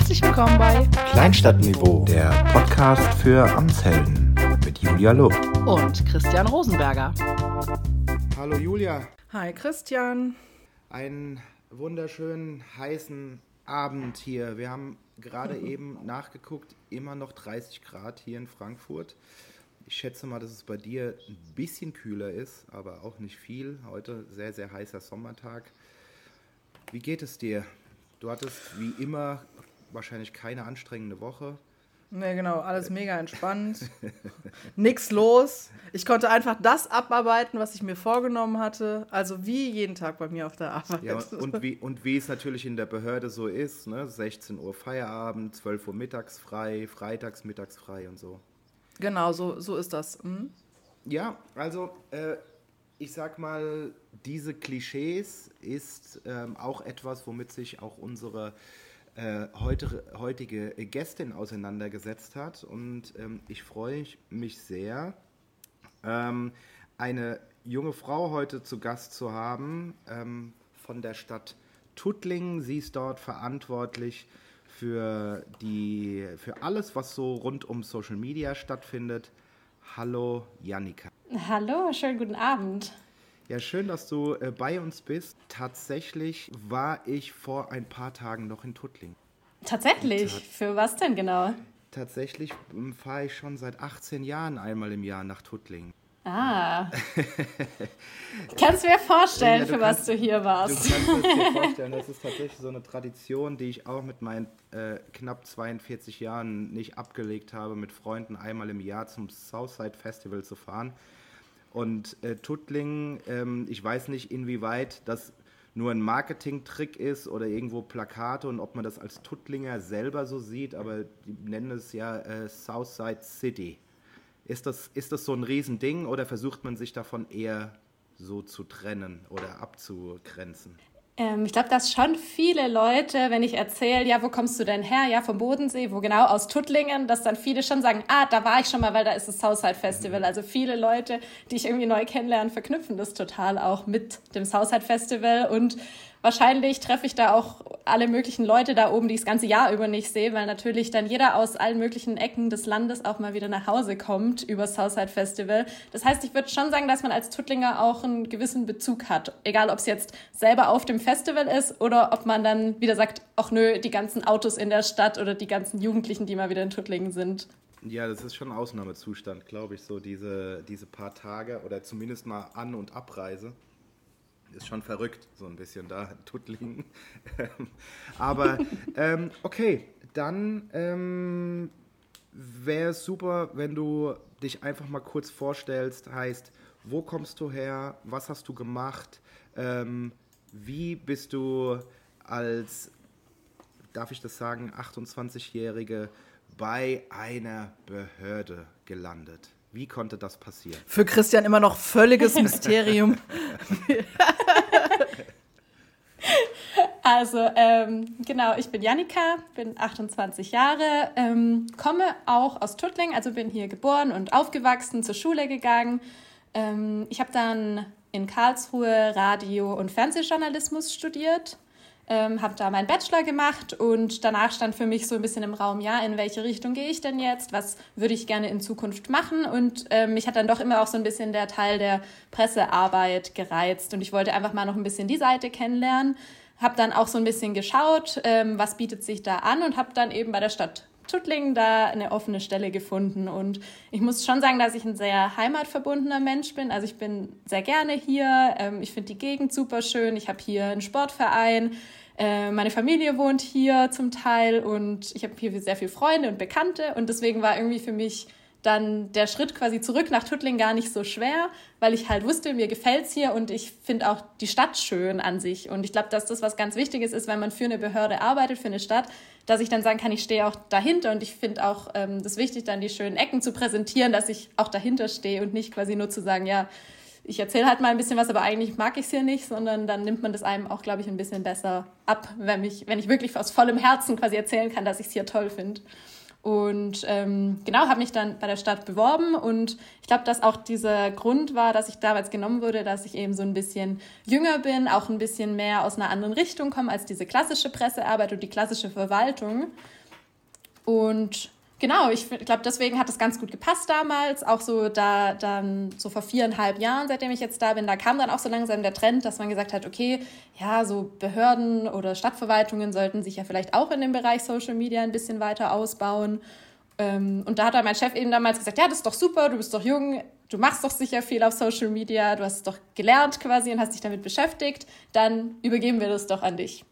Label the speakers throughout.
Speaker 1: Herzlich willkommen bei
Speaker 2: Kleinstadtniveau, der Podcast für Amtshelden mit Julia Loh
Speaker 1: und Christian Rosenberger.
Speaker 2: Hallo Julia.
Speaker 1: Hi Christian.
Speaker 2: Einen wunderschönen heißen Abend hier. Wir haben gerade eben nachgeguckt, immer noch 30 Grad hier in Frankfurt. Ich schätze mal, dass es bei dir ein bisschen kühler ist, aber auch nicht viel. Heute sehr, sehr heißer Sommertag. Wie geht es dir? Du hattest wie immer wahrscheinlich keine anstrengende Woche.
Speaker 1: Ne, genau, alles mega entspannt. Nix los. Ich konnte einfach das abarbeiten, was ich mir vorgenommen hatte. Also wie jeden Tag bei mir auf der Arbeit.
Speaker 2: Ja, und wie es natürlich in der Behörde so ist, ne? 16 Uhr Feierabend, 12 Uhr mittags frei, freitags mittags frei und so.
Speaker 1: Genau, so ist das. Mhm.
Speaker 2: Ja, also ich sag mal, diese Klischees ist auch etwas, womit sich auch unsere heutige Gästin auseinandergesetzt hat. Und ich freue mich sehr, eine junge Frau heute zu Gast zu haben von der Stadt Tuttlingen. Sie ist dort verantwortlich für alles, was so rund um Social Media stattfindet. Hallo Jannika.
Speaker 3: Hallo, schönen guten Abend.
Speaker 2: Ja, schön, dass du bei uns bist. Tatsächlich war ich vor ein paar Tagen noch in Tuttlingen.
Speaker 3: Tatsächlich? Für was denn genau?
Speaker 2: Tatsächlich fahre ich schon seit 18 Jahren einmal im Jahr nach Tuttlingen.
Speaker 3: Ah. Kannst du mir vorstellen, für was du hier warst?
Speaker 2: Du kannst es dir vorstellen, das ist tatsächlich so eine Tradition, die ich auch mit meinen knapp 42 Jahren nicht abgelegt habe, mit Freunden einmal im Jahr zum Southside Festival zu fahren. Und Tuttlingen, ich weiß nicht, inwieweit das nur ein Marketing-Trick ist oder irgendwo Plakate und ob man das als Tuttlinger selber so sieht, aber die nennen es ja Southside City. Ist das so ein Riesending oder versucht man sich davon eher so zu trennen oder abzugrenzen?
Speaker 3: Ich glaube, dass schon viele Leute, wenn ich erzähle, ja, wo kommst du denn her? Ja, vom Bodensee, wo genau? Aus Tuttlingen, dass dann viele schon sagen, da war ich schon mal, weil da ist das Southside Festival. Also viele Leute, die ich irgendwie neu kennenlerne, verknüpfen das total auch mit dem Southside Festival und wahrscheinlich treffe ich da auch alle möglichen Leute da oben, die ich das ganze Jahr über nicht sehe, weil natürlich dann jeder aus allen möglichen Ecken des Landes auch mal wieder nach Hause kommt über das Southside Festival. Das heißt, ich würde schon sagen, dass man als Tuttlinger auch einen gewissen Bezug hat. Egal, ob es jetzt selber auf dem Festival ist oder ob man dann wieder sagt, ach nö, die ganzen Autos in der Stadt oder die ganzen Jugendlichen, die mal wieder in Tuttlingen sind.
Speaker 2: Ja, das ist schon ein Ausnahmezustand, glaube ich, so diese paar Tage oder zumindest mal An- und Abreise. Ist schon verrückt, so ein bisschen da in Tuttlingen. Aber okay, dann wäre es super, wenn du dich einfach mal kurz vorstellst. Heißt, wo kommst du her? Was hast du gemacht? Wie bist du als, darf ich das sagen, 28-Jährige bei einer Behörde gelandet? Wie konnte das passieren?
Speaker 1: Für Christian immer noch völliges Mysterium.
Speaker 3: Also, genau, ich bin Jannika, bin 28 Jahre, komme auch aus Tuttlingen, also bin hier geboren und aufgewachsen, zur Schule gegangen. Ich habe dann in Karlsruhe Radio- und Fernsehjournalismus studiert. Habe da meinen Bachelor gemacht und danach stand für mich so ein bisschen im Raum, ja, in welche Richtung gehe ich denn jetzt, was würde ich gerne in Zukunft machen und mich hat dann doch immer auch so ein bisschen der Teil der Pressearbeit gereizt und ich wollte einfach mal noch ein bisschen die Seite kennenlernen, habe dann auch so ein bisschen geschaut, was bietet sich da an und habe dann eben bei der Stadt Tuttlingen da eine offene Stelle gefunden und ich muss schon sagen, dass ich ein sehr heimatverbundener Mensch bin, also ich bin sehr gerne hier, ich finde die Gegend super schön, ich habe hier einen Sportverein, meine Familie wohnt hier zum Teil und ich habe hier sehr viele Freunde und Bekannte und deswegen war irgendwie für mich dann der Schritt quasi zurück nach Tuttlingen gar nicht so schwer, weil ich halt wusste, mir gefällt's hier und ich finde auch die Stadt schön an sich. Und ich glaube, dass das was ganz Wichtiges ist, wenn man für eine Behörde arbeitet, für eine Stadt, dass ich dann sagen kann, ich stehe auch dahinter und ich finde auch das wichtig, dann die schönen Ecken zu präsentieren, dass ich auch dahinter stehe und nicht quasi nur zu sagen, ja, ich erzähle halt mal ein bisschen was, aber eigentlich mag ich es hier nicht, sondern dann nimmt man das einem auch, glaube ich, ein bisschen besser ab, wenn ich wirklich aus vollem Herzen quasi erzählen kann, dass ich es hier toll finde. Und genau, habe mich dann bei der Stadt beworben und ich glaube, dass auch dieser Grund war, dass ich damals genommen wurde, dass ich eben so ein bisschen jünger bin, auch ein bisschen mehr aus einer anderen Richtung komme als diese klassische Pressearbeit und die klassische Verwaltung. Und genau, ich glaube, deswegen hat es ganz gut gepasst damals, auch so dann so vor 4,5 Jahren, seitdem ich jetzt da bin, da kam dann auch so langsam der Trend, dass man gesagt hat, okay, ja, so Behörden oder Stadtverwaltungen sollten sich ja vielleicht auch in dem Bereich Social Media ein bisschen weiter ausbauen. Und da hat dann mein Chef eben damals gesagt, ja, das ist doch super, du bist doch jung, du machst doch sicher viel auf Social Media, du hast es doch gelernt quasi und hast dich damit beschäftigt, dann übergeben wir das doch an dich.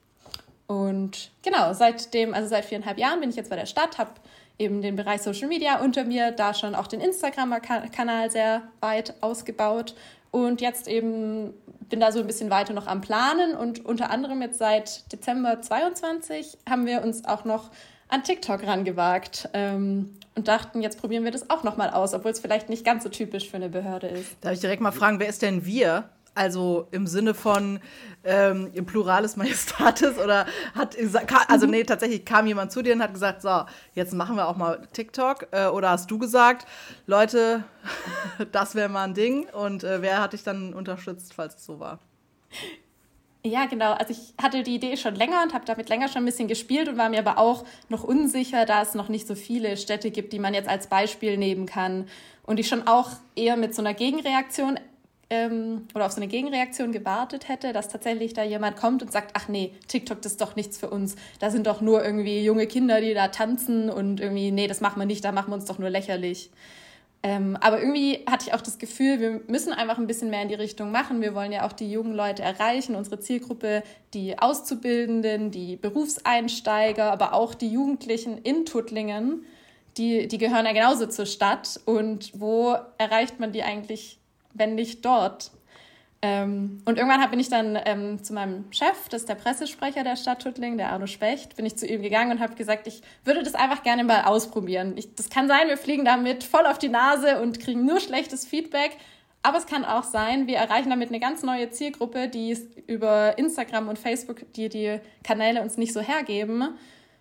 Speaker 3: Und genau, seit 4,5 Jahren bin ich jetzt bei der Stadt, habe eben den Bereich Social Media unter mir, da schon auch den Instagram-Kanal sehr weit ausgebaut und jetzt eben bin da so ein bisschen weiter noch am Planen und unter anderem jetzt seit Dezember 2022 haben wir uns auch noch an TikTok rangewagt und dachten, jetzt probieren wir das auch nochmal aus, obwohl es vielleicht nicht ganz so typisch für eine Behörde ist.
Speaker 1: Darf ich direkt mal fragen, wer ist denn wir? Also im Sinne von im Pluralis Majestatis oder tatsächlich kam jemand zu dir und hat gesagt, so, jetzt machen wir auch mal TikTok oder hast du gesagt, Leute, das wäre mal ein Ding und wer hat dich dann unterstützt, falls es so war?
Speaker 3: Ja, genau. Also ich hatte die Idee schon länger und habe damit länger schon ein bisschen gespielt und war mir aber auch noch unsicher, da es noch nicht so viele Städte gibt, die man jetzt als Beispiel nehmen kann und ich schon auch eher mit so einer Gegenreaktion oder auf so eine Gegenreaktion gewartet hätte, dass tatsächlich da jemand kommt und sagt, ach nee, TikTok, das ist doch nichts für uns. Da sind doch nur irgendwie junge Kinder, die da tanzen und irgendwie, nee, das machen wir nicht, da machen wir uns doch nur lächerlich. Aber irgendwie hatte ich auch das Gefühl, wir müssen einfach ein bisschen mehr in die Richtung machen. Wir wollen ja auch die jungen Leute erreichen, unsere Zielgruppe, die Auszubildenden, die Berufseinsteiger, aber auch die Jugendlichen in Tuttlingen, die gehören ja genauso zur Stadt. Und wo erreicht man die eigentlich, wenn nicht dort? Und irgendwann bin ich dann zu meinem Chef, das ist der Pressesprecher der Stadt Tuttlingen, der Arno Specht, bin ich zu ihm gegangen und habe gesagt, ich würde das einfach gerne mal ausprobieren. Das kann sein, wir fliegen damit voll auf die Nase und kriegen nur schlechtes Feedback, aber es kann auch sein, wir erreichen damit eine ganz neue Zielgruppe, die über Instagram und Facebook, die Kanäle uns nicht so hergeben.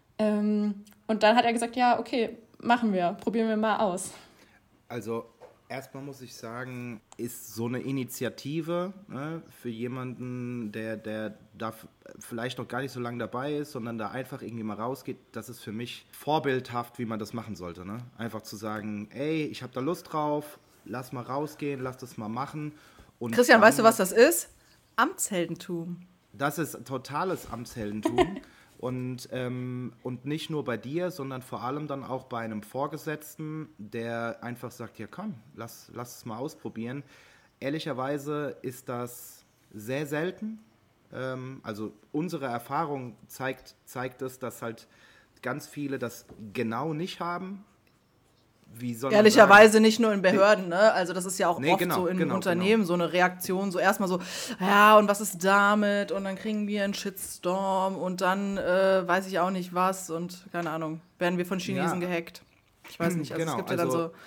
Speaker 3: Und dann hat er gesagt, ja, okay, machen wir, probieren wir mal aus.
Speaker 2: Also erstmal muss ich sagen, ist so eine Initiative für jemanden, der da vielleicht noch gar nicht so lange dabei ist, sondern da einfach irgendwie mal rausgeht, das ist für mich vorbildhaft, wie man das machen sollte. Ne? Einfach zu sagen, ey, ich habe da Lust drauf, lass mal rausgehen, lass das mal machen. Und
Speaker 1: Christian, weißt du, was das ist? Amtsheldentum.
Speaker 2: Das ist totales Amtsheldentum. Und nicht nur bei dir, sondern vor allem dann auch bei einem Vorgesetzten, der einfach sagt, ja komm, lass es mal ausprobieren. Ehrlicherweise ist das sehr selten. Also unsere Erfahrung zeigt es, dass halt ganz viele das genau nicht haben. Wie soll man
Speaker 1: Ehrlicherweise
Speaker 2: sagen?
Speaker 1: Nicht nur in Behörden, ne? Also das ist ja auch oft so in Unternehmen so eine Reaktion, so erstmal so, ja, und was ist damit? Und dann kriegen wir einen Shitstorm und dann weiß ich auch nicht was und keine Ahnung, werden wir von Chinesen gehackt. Ich weiß nicht, also es gibt ja dann so...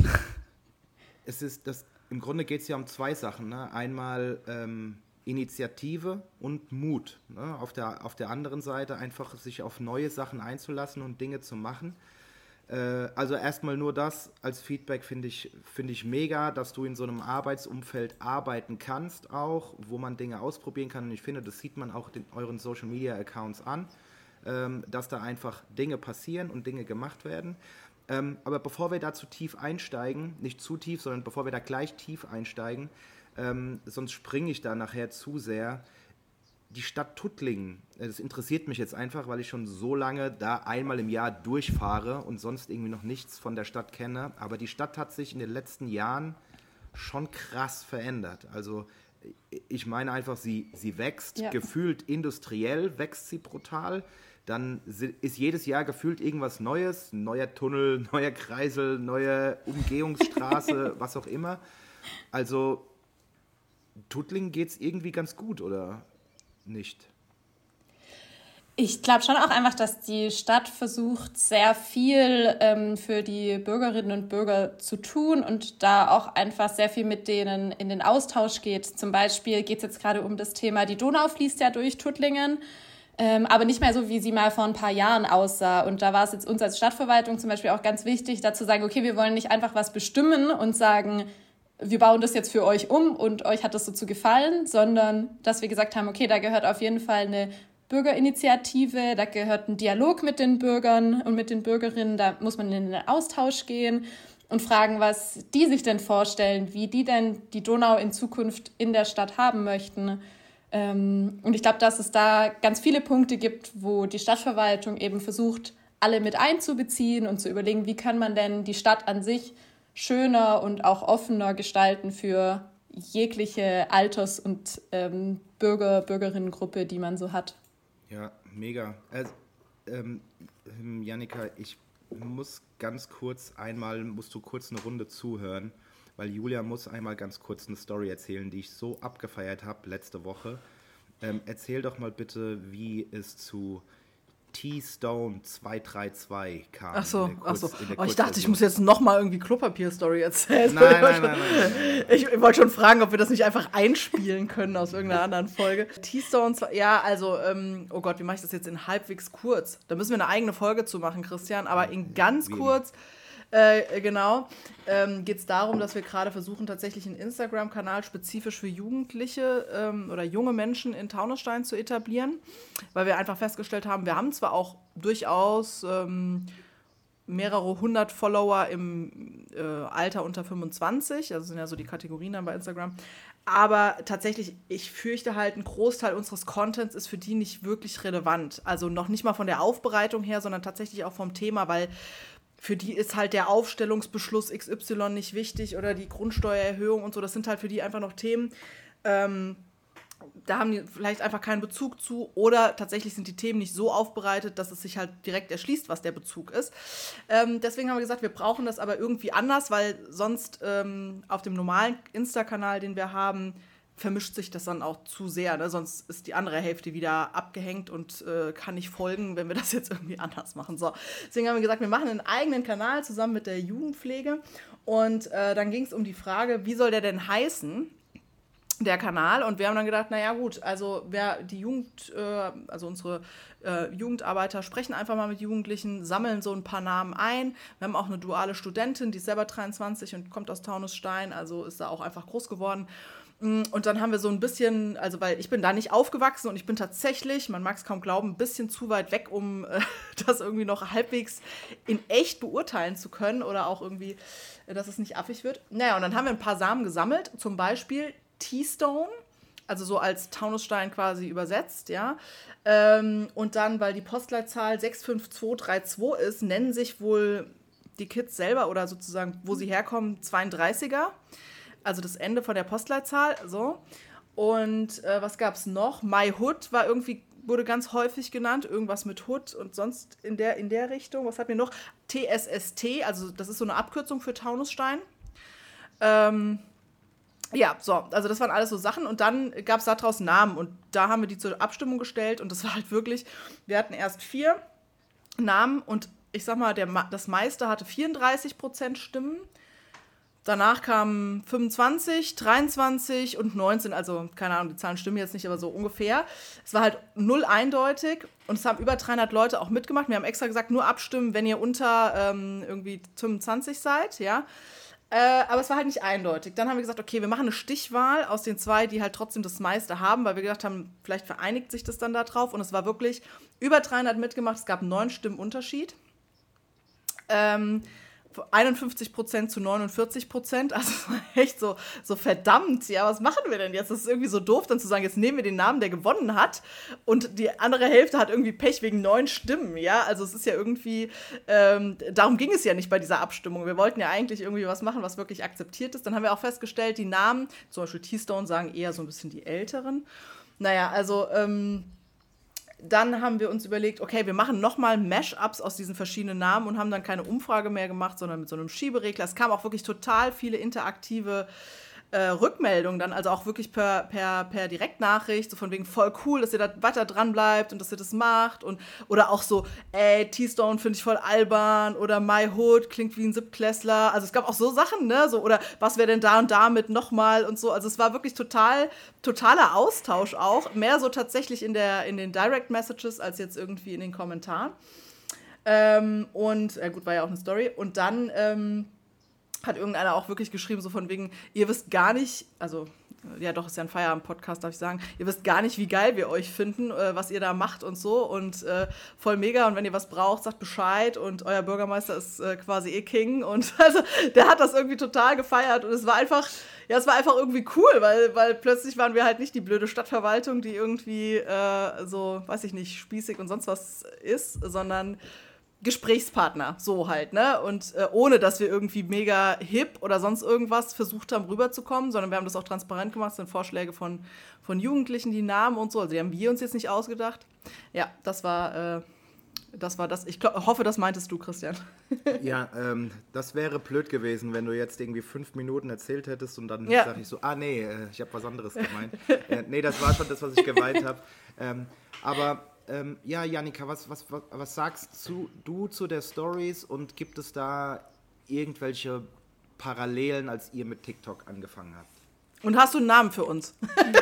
Speaker 2: Im Grunde geht es ja um zwei Sachen, ne? Einmal Initiative und Mut. Ne? Auf der anderen Seite einfach sich auf neue Sachen einzulassen und Dinge zu machen. Also erstmal nur das als Feedback finde ich mega, dass du in so einem Arbeitsumfeld arbeiten kannst auch, wo man Dinge ausprobieren kann. Und ich finde, das sieht man auch in euren Social-Media-Accounts an, dass da einfach Dinge passieren und Dinge gemacht werden. Aber bevor wir da zu tief einsteigen, nicht zu tief, sondern bevor wir da gleich tief einsteigen, sonst springe ich da nachher zu sehr. Die Stadt Tuttlingen, das interessiert mich jetzt einfach, weil ich schon so lange da einmal im Jahr durchfahre und sonst irgendwie noch nichts von der Stadt kenne. Aber die Stadt hat sich in den letzten Jahren schon krass verändert. Also ich meine einfach, sie wächst, gefühlt industriell wächst sie brutal. Dann ist jedes Jahr gefühlt irgendwas Neues, neuer Tunnel, neuer Kreisel, neue Umgehungsstraße, was auch immer. Also Tuttlingen geht es irgendwie ganz gut, oder nicht?
Speaker 3: Ich glaube schon auch einfach, dass die Stadt versucht, sehr viel für die Bürgerinnen und Bürger zu tun und da auch einfach sehr viel mit denen in den Austausch geht. Zum Beispiel geht es jetzt gerade um das Thema, die Donau fließt ja durch Tuttlingen. aber nicht mehr so, wie sie mal vor ein paar Jahren aussah. Und da war es jetzt uns als Stadtverwaltung zum Beispiel auch ganz wichtig, da zu sagen, okay, wir wollen nicht einfach was bestimmen und sagen, wir bauen das jetzt für euch um und euch hat das so zu gefallen, sondern dass wir gesagt haben, okay, da gehört auf jeden Fall eine Bürgerinitiative, da gehört ein Dialog mit den Bürgern und mit den Bürgerinnen, da muss man in den Austausch gehen und fragen, was die sich denn vorstellen, wie die denn die Donau in Zukunft in der Stadt haben möchten. Und ich glaube, dass es da ganz viele Punkte gibt, wo die Stadtverwaltung eben versucht, alle mit einzubeziehen und zu überlegen, wie kann man denn die Stadt an sich schöner und auch offener gestalten für jegliche Alters- und Bürgerinnengruppe, die man so hat.
Speaker 2: Ja, mega. Also, Jannika, ich muss ganz kurz musst du kurz eine Runde zuhören, weil Julia muss einmal ganz kurz eine Story erzählen, die ich so abgefeiert habe letzte Woche. Erzähl doch mal bitte, wie es zu T-Stone 232 kam.
Speaker 1: Ach so. Ich dachte, ich muss jetzt nochmal irgendwie Klopapier-Story erzählen.
Speaker 2: Nein.
Speaker 1: Ich wollte schon fragen, ob wir das nicht einfach einspielen können aus irgendeiner anderen Folge. T-Stone, ja, also, oh Gott, wie mache ich das jetzt in halbwegs kurz? Da müssen wir eine eigene Folge zu machen, Christian, aber in ganz kurz. Genau, geht es darum, dass wir gerade versuchen, tatsächlich einen Instagram-Kanal spezifisch für Jugendliche oder junge Menschen in Taunusstein zu etablieren, weil wir einfach festgestellt haben, wir haben zwar auch durchaus mehrere hundert Follower im Alter unter 25, also sind ja so die Kategorien dann bei Instagram, aber tatsächlich, ich fürchte halt, ein Großteil unseres Contents ist für die nicht wirklich relevant, also noch nicht mal von der Aufbereitung her, sondern tatsächlich auch vom Thema, weil für die ist halt der Aufstellungsbeschluss XY nicht wichtig oder die Grundsteuererhöhung und so. Das sind halt für die einfach noch Themen, da haben die vielleicht einfach keinen Bezug zu oder tatsächlich sind die Themen nicht so aufbereitet, dass es sich halt direkt erschließt, was der Bezug ist. Deswegen haben wir gesagt, wir brauchen das aber irgendwie anders, weil sonst auf dem normalen Insta-Kanal, den wir haben, vermischt sich das dann auch zu sehr, ne? Sonst ist die andere Hälfte wieder abgehängt und kann nicht folgen, wenn wir das jetzt irgendwie anders machen. So. Deswegen haben wir gesagt, wir machen einen eigenen Kanal zusammen mit der Jugendpflege und dann ging es um die Frage, wie soll der denn heißen, der Kanal, und wir haben dann gedacht, naja gut, also also unsere Jugendarbeiter sprechen einfach mal mit Jugendlichen, sammeln so ein paar Namen ein. Wir haben auch eine duale Studentin, die ist selber 23 und kommt aus Taunusstein, also ist da auch einfach groß geworden. Und dann haben wir so ein bisschen, also weil ich bin da nicht aufgewachsen und ich bin tatsächlich, man mag es kaum glauben, ein bisschen zu weit weg, um das irgendwie noch halbwegs in echt beurteilen zu können oder auch irgendwie, dass es nicht affig wird. Naja, und dann haben wir ein paar Samen gesammelt, zum Beispiel T-Stone, also so als Taunusstein quasi übersetzt, ja. Und dann, weil die Postleitzahl 65232 ist, nennen sich wohl die Kids selber oder sozusagen, wo sie herkommen, 32er. Also das Ende von der Postleitzahl, so. Und was gab es noch? My Hood wurde ganz häufig genannt, irgendwas mit Hood und sonst in der Richtung. Was hatten wir noch? TSST, also das ist so eine Abkürzung für Taunusstein. Ja, so, also das waren alles so Sachen und dann gab es daraus Namen und da haben wir die zur Abstimmung gestellt und das war halt wirklich, wir hatten erst 4 Namen und ich sag mal, das meiste hatte 34% Stimmen. Danach kamen 25, 23 und 19, also keine Ahnung, die Zahlen stimmen jetzt nicht, aber so ungefähr. Es war halt 0 eindeutig und es haben über 300 Leute auch mitgemacht. Wir haben extra gesagt, nur abstimmen, wenn ihr unter irgendwie 25 seid, ja. Aber es war halt nicht eindeutig. Dann haben wir gesagt, okay, wir machen eine Stichwahl aus den 2, die halt trotzdem das meiste haben, weil wir gedacht haben, vielleicht vereinigt sich das dann da drauf. Und es war wirklich über 300 mitgemacht, es gab 9 Stimmen Unterschied. 51% zu 49%, also echt so verdammt, ja, was machen wir denn jetzt? Das ist irgendwie so doof, dann zu sagen, jetzt nehmen wir den Namen, der gewonnen hat und die andere Hälfte hat irgendwie Pech wegen 9 Stimmen, ja, also es ist ja irgendwie, darum ging es ja nicht bei dieser Abstimmung, wir wollten ja eigentlich irgendwie was machen, was wirklich akzeptiert ist, dann haben wir auch festgestellt, die Namen, zum Beispiel T-Stone sagen eher so ein bisschen die Älteren, naja, also, dann haben wir uns überlegt, okay, wir machen nochmal Mash-ups aus diesen verschiedenen Namen und haben dann keine Umfrage mehr gemacht, sondern mit so einem Schieberegler. Es kamen auch wirklich total viele interaktive Rückmeldungen dann, also auch wirklich per Direktnachricht, so von wegen voll cool, dass ihr da weiter dran bleibt und dass ihr das macht oder auch so, T-Stone finde ich voll albern oder My Hood klingt wie ein Siebtklässler, also es gab auch so Sachen, ne, so oder was wäre denn da und damit nochmal und so, also es war wirklich totaler Austausch auch, mehr so tatsächlich in den Direct Messages als jetzt irgendwie in den Kommentaren. Und gut, war ja auch eine Story und dann hat irgendeiner auch wirklich geschrieben, so von wegen, ihr wisst gar nicht, also, ja doch, ist ja ein Feierabend-Podcast, darf ich sagen, ihr wisst gar nicht, wie geil wir euch finden, was ihr da macht und so und voll mega und wenn ihr was braucht, sagt Bescheid und euer Bürgermeister ist quasi King und also, der hat das irgendwie total gefeiert und es war einfach irgendwie cool, weil plötzlich waren wir halt nicht die blöde Stadtverwaltung, die irgendwie so, weiß ich nicht, spießig und sonst was ist, sondern Gesprächspartner, so halt, ne? Und ohne, dass wir irgendwie mega hip oder sonst irgendwas versucht haben, rüberzukommen, sondern wir haben das auch transparent gemacht, das sind Vorschläge von Jugendlichen, die Namen und so, also die haben wir uns jetzt nicht ausgedacht. Ja, das war das. Ich hoffe, das meintest du, Christian.
Speaker 2: Ja, das wäre blöd gewesen, wenn du jetzt irgendwie 5 Minuten erzählt hättest und dann sage ich so, nee, ich habe was anderes gemeint. Nee, das war schon das, was ich gemeint habe. Aber ja, Jannika, was sagst du zu der Stories und gibt es da irgendwelche Parallelen, als ihr mit TikTok angefangen habt?
Speaker 1: Und hast du einen Namen für uns?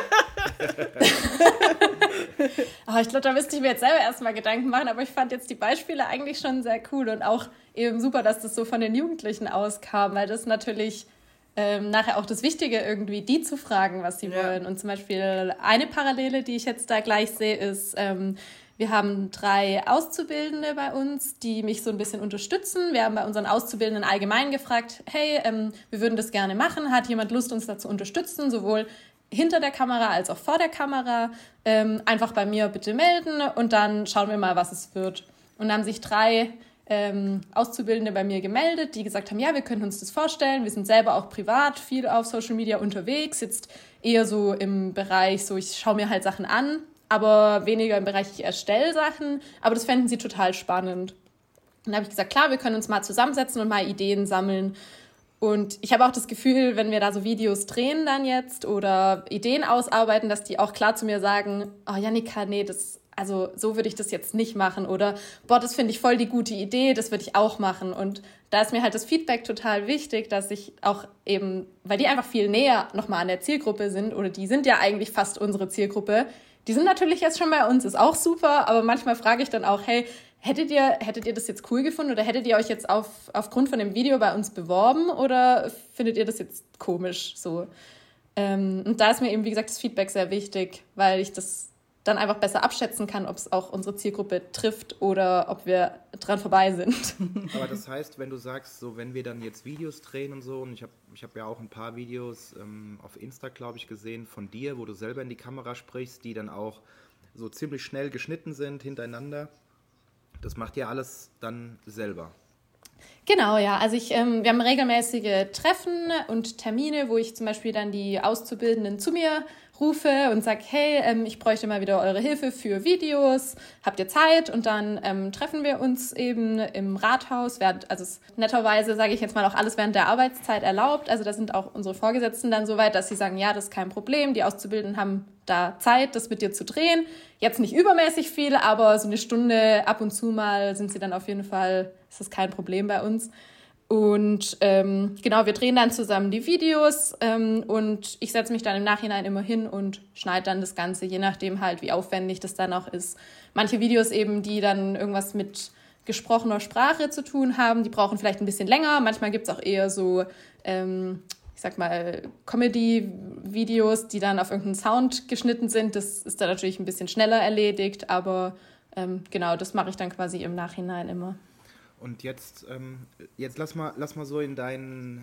Speaker 3: Ich glaube, da müsste ich mir jetzt selber erstmal Gedanken machen, aber ich fand jetzt die Beispiele eigentlich schon sehr cool und auch eben super, dass das so von den Jugendlichen auskam, weil das natürlich nachher auch das Wichtige irgendwie, die zu fragen, was sie wollen. Und zum Beispiel eine Parallele, die ich jetzt da gleich sehe, ist, wir haben 3 Auszubildende bei uns, die mich so ein bisschen unterstützen. Wir haben bei unseren Auszubildenden allgemein gefragt, hey, wir würden das gerne machen, hat jemand Lust, uns da zu unterstützen, sowohl hinter der Kamera als auch vor der Kamera, einfach bei mir bitte melden und dann schauen wir mal, was es wird. Und dann haben sich 3 Auszubildende bei mir gemeldet, die gesagt haben, ja, wir können uns das vorstellen, wir sind selber auch privat viel auf Social Media unterwegs, jetzt eher so im Bereich, so ich schaue mir halt Sachen an, aber weniger im Bereich, ich erstelle Sachen, aber das fänden sie total spannend. Und dann habe ich gesagt, klar, wir können uns mal zusammensetzen und mal Ideen sammeln. Und ich habe auch das Gefühl, wenn wir da so Videos drehen dann jetzt oder Ideen ausarbeiten, dass die auch klar zu mir sagen, oh Jannika, nee, also so würde ich das jetzt nicht machen oder boah, das finde ich voll die gute Idee, das würde ich auch machen. Und da ist mir halt das Feedback total wichtig, dass ich auch eben, weil die einfach viel näher nochmal an der Zielgruppe sind oder die sind ja eigentlich fast unsere Zielgruppe, die sind natürlich jetzt schon bei uns, ist auch super, aber manchmal frage ich dann auch, hey, hättet ihr das jetzt cool gefunden oder hättet ihr euch jetzt aufgrund von dem Video bei uns beworben oder findet ihr das jetzt komisch so? Und da ist mir eben, wie gesagt, das Feedback sehr wichtig, weil ich das dann einfach besser abschätzen kann, ob es auch unsere Zielgruppe trifft oder ob wir dran vorbei sind.
Speaker 2: Aber das heißt, wenn du sagst, so wenn wir dann jetzt Videos drehen und so, und ich hab ja auch ein paar Videos auf Insta, glaube ich, gesehen von dir, wo du selber in die Kamera sprichst, die dann auch so ziemlich schnell geschnitten sind hintereinander. Das macht ihr alles dann selber?
Speaker 3: Genau, ja. Also wir haben regelmäßige Treffen und Termine, wo ich zum Beispiel dann die Auszubildenden zu mir rufe und sage, hey, ich bräuchte mal wieder eure Hilfe für Videos, habt ihr Zeit? Und dann treffen wir uns eben im Rathaus, netterweise, sage ich jetzt mal, auch alles während der Arbeitszeit erlaubt. Also da sind auch unsere Vorgesetzten dann so weit, dass sie sagen, ja, das ist kein Problem, die Auszubildenden haben da Zeit, das mit dir zu drehen. Jetzt nicht übermäßig viel, aber so eine Stunde ab und zu mal sind sie dann auf jeden Fall, ist das kein Problem bei uns. Und genau, wir drehen dann zusammen die Videos und ich setze mich dann im Nachhinein immer hin und schneide dann das Ganze, je nachdem halt, wie aufwendig das dann auch ist. Manche Videos eben, die dann irgendwas mit gesprochener Sprache zu tun haben, die brauchen vielleicht ein bisschen länger. Manchmal gibt es auch eher so, ich sag mal, Comedy-Videos, die dann auf irgendeinen Sound geschnitten sind. Das ist dann natürlich ein bisschen schneller erledigt, aber genau, das mache ich dann quasi im Nachhinein immer.
Speaker 2: Und jetzt lass mal so in deinen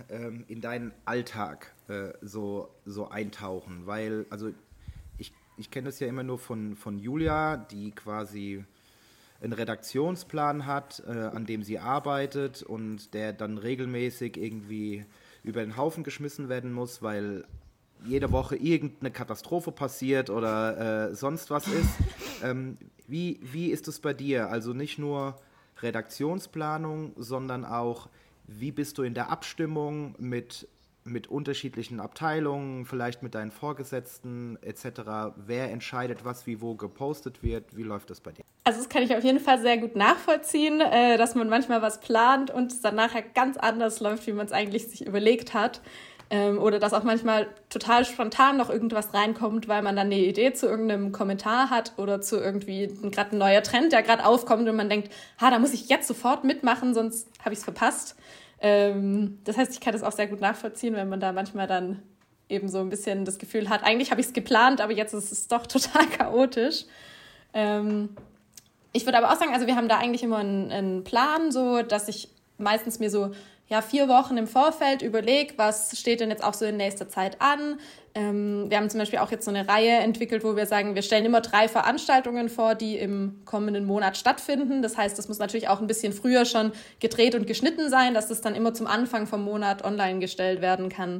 Speaker 2: Alltag so eintauchen, weil, also ich kenne das ja immer nur von Julia, die quasi einen Redaktionsplan hat, an dem sie arbeitet und der dann regelmäßig irgendwie über den Haufen geschmissen werden muss, weil jede Woche irgendeine Katastrophe passiert oder sonst was ist. Wie ist es bei dir? Also nicht nur Redaktionsplanung, sondern auch, wie bist du in der Abstimmung mit mit unterschiedlichen Abteilungen, vielleicht mit deinen Vorgesetzten etc.? Wer entscheidet, was wie wo gepostet wird? Wie läuft das bei dir?
Speaker 3: Also das kann ich auf jeden Fall sehr gut nachvollziehen, dass man manchmal was plant und es dann nachher ganz anders läuft, wie man es eigentlich sich überlegt hat. Oder dass auch manchmal total spontan noch irgendwas reinkommt, weil man dann eine Idee zu irgendeinem Kommentar hat oder zu irgendwie gerade ein neuer Trend, der gerade aufkommt und man denkt, da muss ich jetzt sofort mitmachen, sonst habe ich es verpasst. Das heißt, ich kann das auch sehr gut nachvollziehen, wenn man da manchmal dann eben so ein bisschen das Gefühl hat, eigentlich habe ich es geplant, aber jetzt ist es doch total chaotisch. Ich würde aber auch sagen, also wir haben da eigentlich immer einen Plan, so dass ich meistens mir so 4 Wochen im Vorfeld überlege, was steht denn jetzt auch so in nächster Zeit an. Wir haben zum Beispiel auch jetzt so eine Reihe entwickelt, wo wir sagen, wir stellen immer 3 Veranstaltungen vor, die im kommenden Monat stattfinden. Das heißt, das muss natürlich auch ein bisschen früher schon gedreht und geschnitten sein, dass das dann immer zum Anfang vom Monat online gestellt werden kann.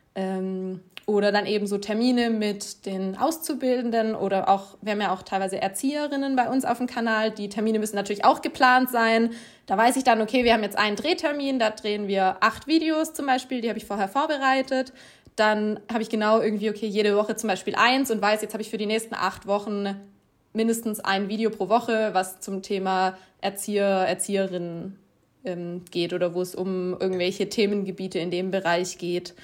Speaker 3: Oder dann eben so Termine mit den Auszubildenden oder auch, wir haben ja auch teilweise Erzieherinnen bei uns auf dem Kanal. Die Termine müssen natürlich auch geplant sein. Da weiß ich dann, okay, wir haben jetzt einen Drehtermin, da drehen wir 8 Videos zum Beispiel, die habe ich vorher vorbereitet. Dann habe ich genau irgendwie, okay, jede Woche zum Beispiel 1 und weiß, jetzt habe ich für die nächsten 8 Wochen mindestens ein Video pro Woche, was zum Thema Erzieherinnen geht oder wo es um irgendwelche Themengebiete in dem Bereich geht.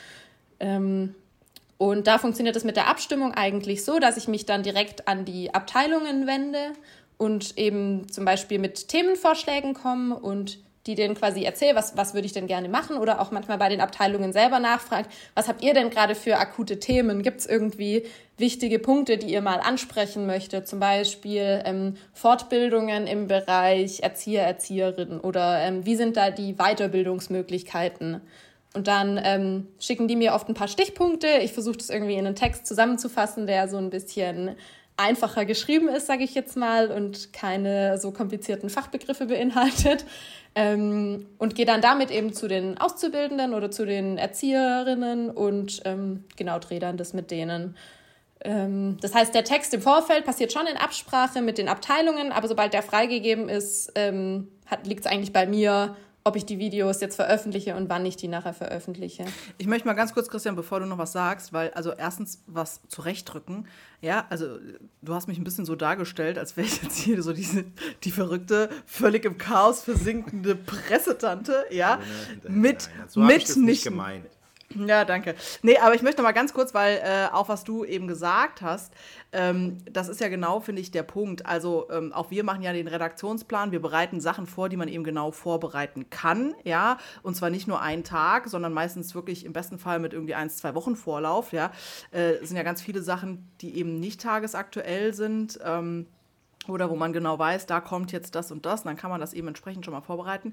Speaker 3: Und da funktioniert es mit der Abstimmung eigentlich so, dass ich mich dann direkt an die Abteilungen wende und eben zum Beispiel mit Themenvorschlägen komme und die denen quasi erzähle, was würde ich denn gerne machen oder auch manchmal bei den Abteilungen selber nachfragt, was habt ihr denn gerade für akute Themen? Gibt es irgendwie wichtige Punkte, die ihr mal ansprechen möchtet? Zum Beispiel Fortbildungen im Bereich Erzieher, Erzieherinnen oder wie sind da die Weiterbildungsmöglichkeiten? Und dann schicken die mir oft ein paar Stichpunkte. Ich versuche das irgendwie in einen Text zusammenzufassen, der so ein bisschen einfacher geschrieben ist, sage ich jetzt mal, und keine so komplizierten Fachbegriffe beinhaltet. Und gehe dann damit eben zu den Auszubildenden oder zu den Erzieherinnen und drehe dann das mit denen. Das heißt, der Text im Vorfeld passiert schon in Absprache mit den Abteilungen, aber sobald der freigegeben ist, liegt es eigentlich bei mir, ob ich die Videos jetzt veröffentliche und wann ich die nachher veröffentliche.
Speaker 1: Ich möchte mal ganz kurz, Christian, bevor du noch was sagst, weil, also erstens was zurechtdrücken. Ja, also du hast mich ein bisschen so dargestellt, als wäre ich jetzt hier so die verrückte, völlig im Chaos versinkende Pressetante, ja, mit
Speaker 2: so habe ich das nicht
Speaker 1: mitnichten.
Speaker 2: gemeint.
Speaker 1: Ja, danke. Nee, aber ich möchte noch mal ganz kurz, weil auch was du eben gesagt hast, das ist ja genau, finde ich, der Punkt. Also auch wir machen ja den Redaktionsplan, wir bereiten Sachen vor, die man eben genau vorbereiten kann, ja, und zwar nicht nur einen Tag, sondern meistens wirklich im besten Fall mit irgendwie 1-2 Wochen Vorlauf, ja. Es sind ja ganz viele Sachen, die eben nicht tagesaktuell sind, oder wo man genau weiß, da kommt jetzt das und das, und dann kann man das eben entsprechend schon mal vorbereiten.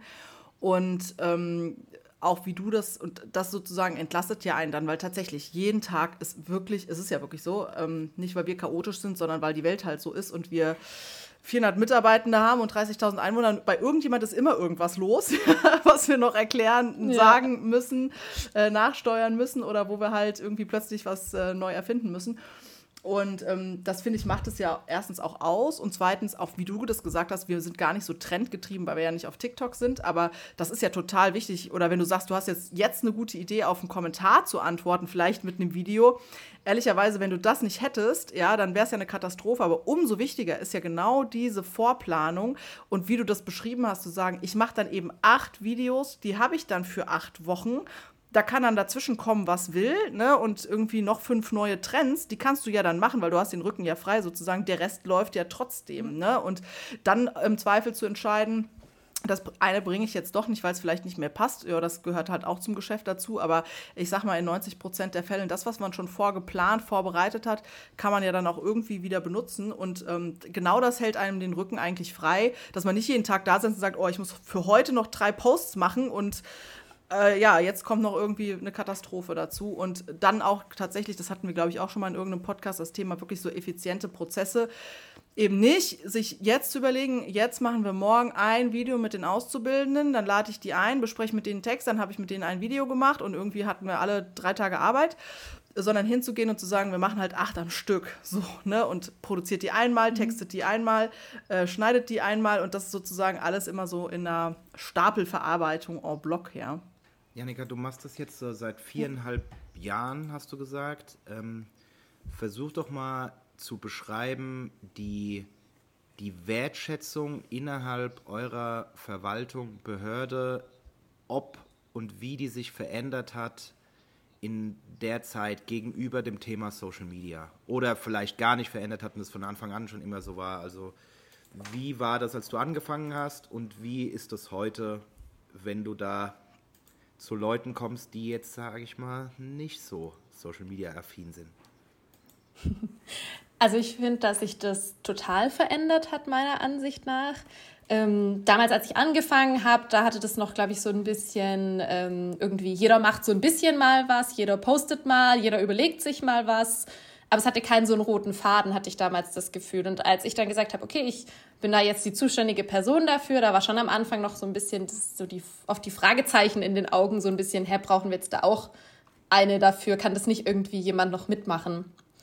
Speaker 1: Und auch wie du das, und das sozusagen entlastet ja einen dann, weil tatsächlich jeden Tag ist wirklich, es ist ja wirklich so, nicht weil wir chaotisch sind, sondern weil die Welt halt so ist und wir 400 Mitarbeitende haben und 30.000 Einwohner. Bei irgendjemand ist immer irgendwas los, was wir noch erklären, sagen müssen, nachsteuern müssen oder wo wir halt irgendwie plötzlich was neu erfinden müssen. Und das, finde ich, macht es ja erstens auch aus und zweitens auch, wie du das gesagt hast, wir sind gar nicht so trendgetrieben, weil wir ja nicht auf TikTok sind, aber das ist ja total wichtig. Oder wenn du sagst, du hast jetzt eine gute Idee, auf einen Kommentar zu antworten, vielleicht mit einem Video. Ehrlicherweise, wenn du das nicht hättest, ja, dann wäre es ja eine Katastrophe. Aber umso wichtiger ist ja genau diese Vorplanung und wie du das beschrieben hast, zu sagen, ich mache dann eben 8 Videos, die habe ich dann für 8 Wochen. Da kann dann dazwischen kommen, was will, ne? Und irgendwie noch 5 neue Trends, die kannst du ja dann machen, weil du hast den Rücken ja frei sozusagen. Der Rest läuft ja trotzdem, ne? Und dann im Zweifel zu entscheiden, das eine bringe ich jetzt doch nicht, weil es vielleicht nicht mehr passt. Ja, das gehört halt auch zum Geschäft dazu. Aber ich sag mal, in 90% der Fälle, das, was man schon vorbereitet hat, kann man ja dann auch irgendwie wieder benutzen. Und genau das hält einem den Rücken eigentlich frei, dass man nicht jeden Tag da sitzt und sagt, oh, ich muss für heute noch 3 Posts machen und jetzt kommt noch irgendwie eine Katastrophe dazu. Und dann auch tatsächlich, das hatten wir, glaube ich, auch schon mal in irgendeinem Podcast, das Thema wirklich so effiziente Prozesse. Eben nicht sich jetzt zu überlegen, jetzt machen wir morgen ein Video mit den Auszubildenden, dann lade ich die ein, bespreche mit denen Text, dann habe ich mit denen ein Video gemacht und irgendwie hatten wir alle 3 Tage Arbeit, sondern hinzugehen und zu sagen, wir machen halt 8 am Stück, so, ne, und produziert die einmal, textet die einmal, schneidet die einmal und das ist sozusagen alles immer so in einer Stapelverarbeitung en bloc, ja.
Speaker 2: Jannika, du machst das jetzt so seit 4,5 Jahren, hast du gesagt. Versuch doch mal zu beschreiben, die Wertschätzung innerhalb eurer Verwaltung, Behörde, ob und wie die sich verändert hat in der Zeit gegenüber dem Thema Social Media. Oder vielleicht gar nicht verändert hat und es von Anfang an schon immer so war. Also wie war das, als du angefangen hast und wie ist das heute, wenn du da zu Leuten kommst, die jetzt, sage ich mal, nicht so Social Media affin sind?
Speaker 3: Also ich finde, dass sich das total verändert hat, meiner Ansicht nach. Damals, als ich angefangen habe, da hatte das noch, glaube ich, so ein bisschen irgendwie, jeder macht so ein bisschen mal was, jeder postet mal, jeder überlegt sich mal was, aber es hatte keinen so einen roten Faden, hatte ich damals das Gefühl. Und als ich dann gesagt habe, okay, ich bin da jetzt die zuständige Person dafür, da war schon am Anfang noch so ein bisschen oft die Fragezeichen in den Augen, so ein bisschen, brauchen wir jetzt da auch eine dafür, kann das nicht irgendwie jemand noch mitmachen?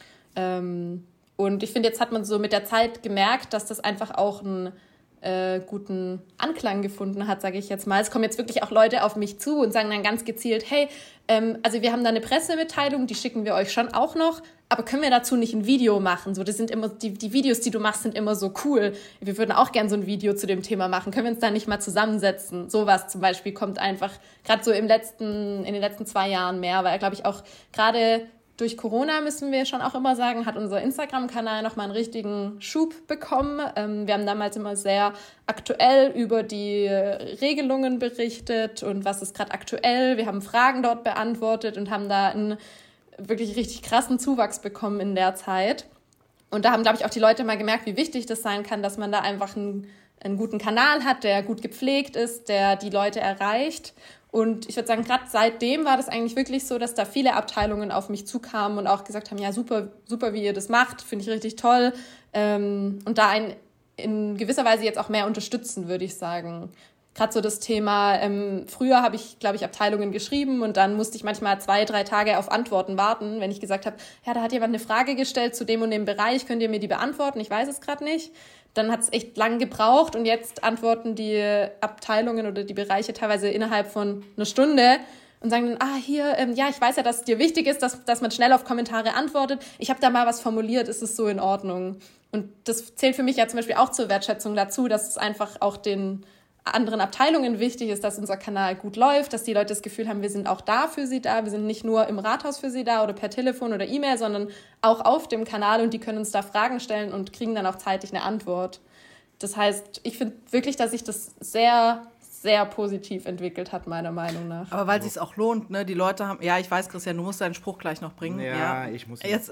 Speaker 3: Und ich finde, jetzt hat man so mit der Zeit gemerkt, dass das einfach auch einen guten Anklang gefunden hat, sage ich jetzt mal. Es kommen jetzt wirklich auch Leute auf mich zu und sagen dann ganz gezielt, hey, also wir haben da eine Pressemitteilung, die schicken wir euch schon auch noch, aber können wir dazu nicht ein Video machen? So, das sind immer, die Videos, die du machst, sind immer so cool. Wir würden auch gern so ein Video zu dem Thema machen. Können wir uns da nicht mal zusammensetzen? Sowas zum Beispiel kommt einfach gerade so in den letzten 2 Jahren mehr, weil, glaube ich, auch gerade durch Corona, müssen wir schon auch immer sagen, hat unser Instagram-Kanal nochmal einen richtigen Schub bekommen. Wir haben damals immer sehr aktuell über die Regelungen berichtet und was ist gerade aktuell. Wir haben Fragen dort beantwortet und haben da einen wirklich richtig krassen Zuwachs bekommen in der Zeit. Und da haben, glaube ich, auch die Leute mal gemerkt, wie wichtig das sein kann, dass man da einfach einen guten Kanal hat, der gut gepflegt ist, der die Leute erreicht. Und ich würde sagen, gerade seitdem war das eigentlich wirklich so, dass da viele Abteilungen auf mich zukamen und auch gesagt haben, ja, super, super, wie ihr das macht, finde ich richtig toll. Und da einen in gewisser Weise jetzt auch mehr unterstützen, würde ich sagen. Gerade so das Thema, früher habe ich, glaube ich, Abteilungen geschrieben und dann musste ich manchmal 2-3 Tage auf Antworten warten, wenn ich gesagt habe, ja, da hat jemand eine Frage gestellt zu dem und dem Bereich, könnt ihr mir die beantworten? Ich weiß es gerade nicht. Dann hat es echt lang gebraucht und jetzt antworten die Abteilungen oder die Bereiche teilweise innerhalb von einer Stunde und sagen dann, ja, ich weiß ja, dass es dir wichtig ist, dass man schnell auf Kommentare antwortet. Ich habe da mal was formuliert, ist es so in Ordnung? Und das zählt für mich ja zum Beispiel auch zur Wertschätzung dazu, dass es einfach auch den anderen Abteilungen wichtig ist, dass unser Kanal gut läuft, dass die Leute das Gefühl haben, wir sind auch da für sie da, wir sind nicht nur im Rathaus für sie da oder per Telefon oder E-Mail, sondern auch auf dem Kanal und die können uns da Fragen stellen und kriegen dann auch zeitig eine Antwort. Das heißt, ich finde wirklich, dass sich das sehr, sehr positiv entwickelt hat, meiner Meinung nach.
Speaker 1: Aber weil es sich auch lohnt, ne? Die Leute haben, ja, ich weiß, Christian, du musst deinen Spruch gleich noch bringen.
Speaker 2: Ja, ich muss
Speaker 1: jetzt.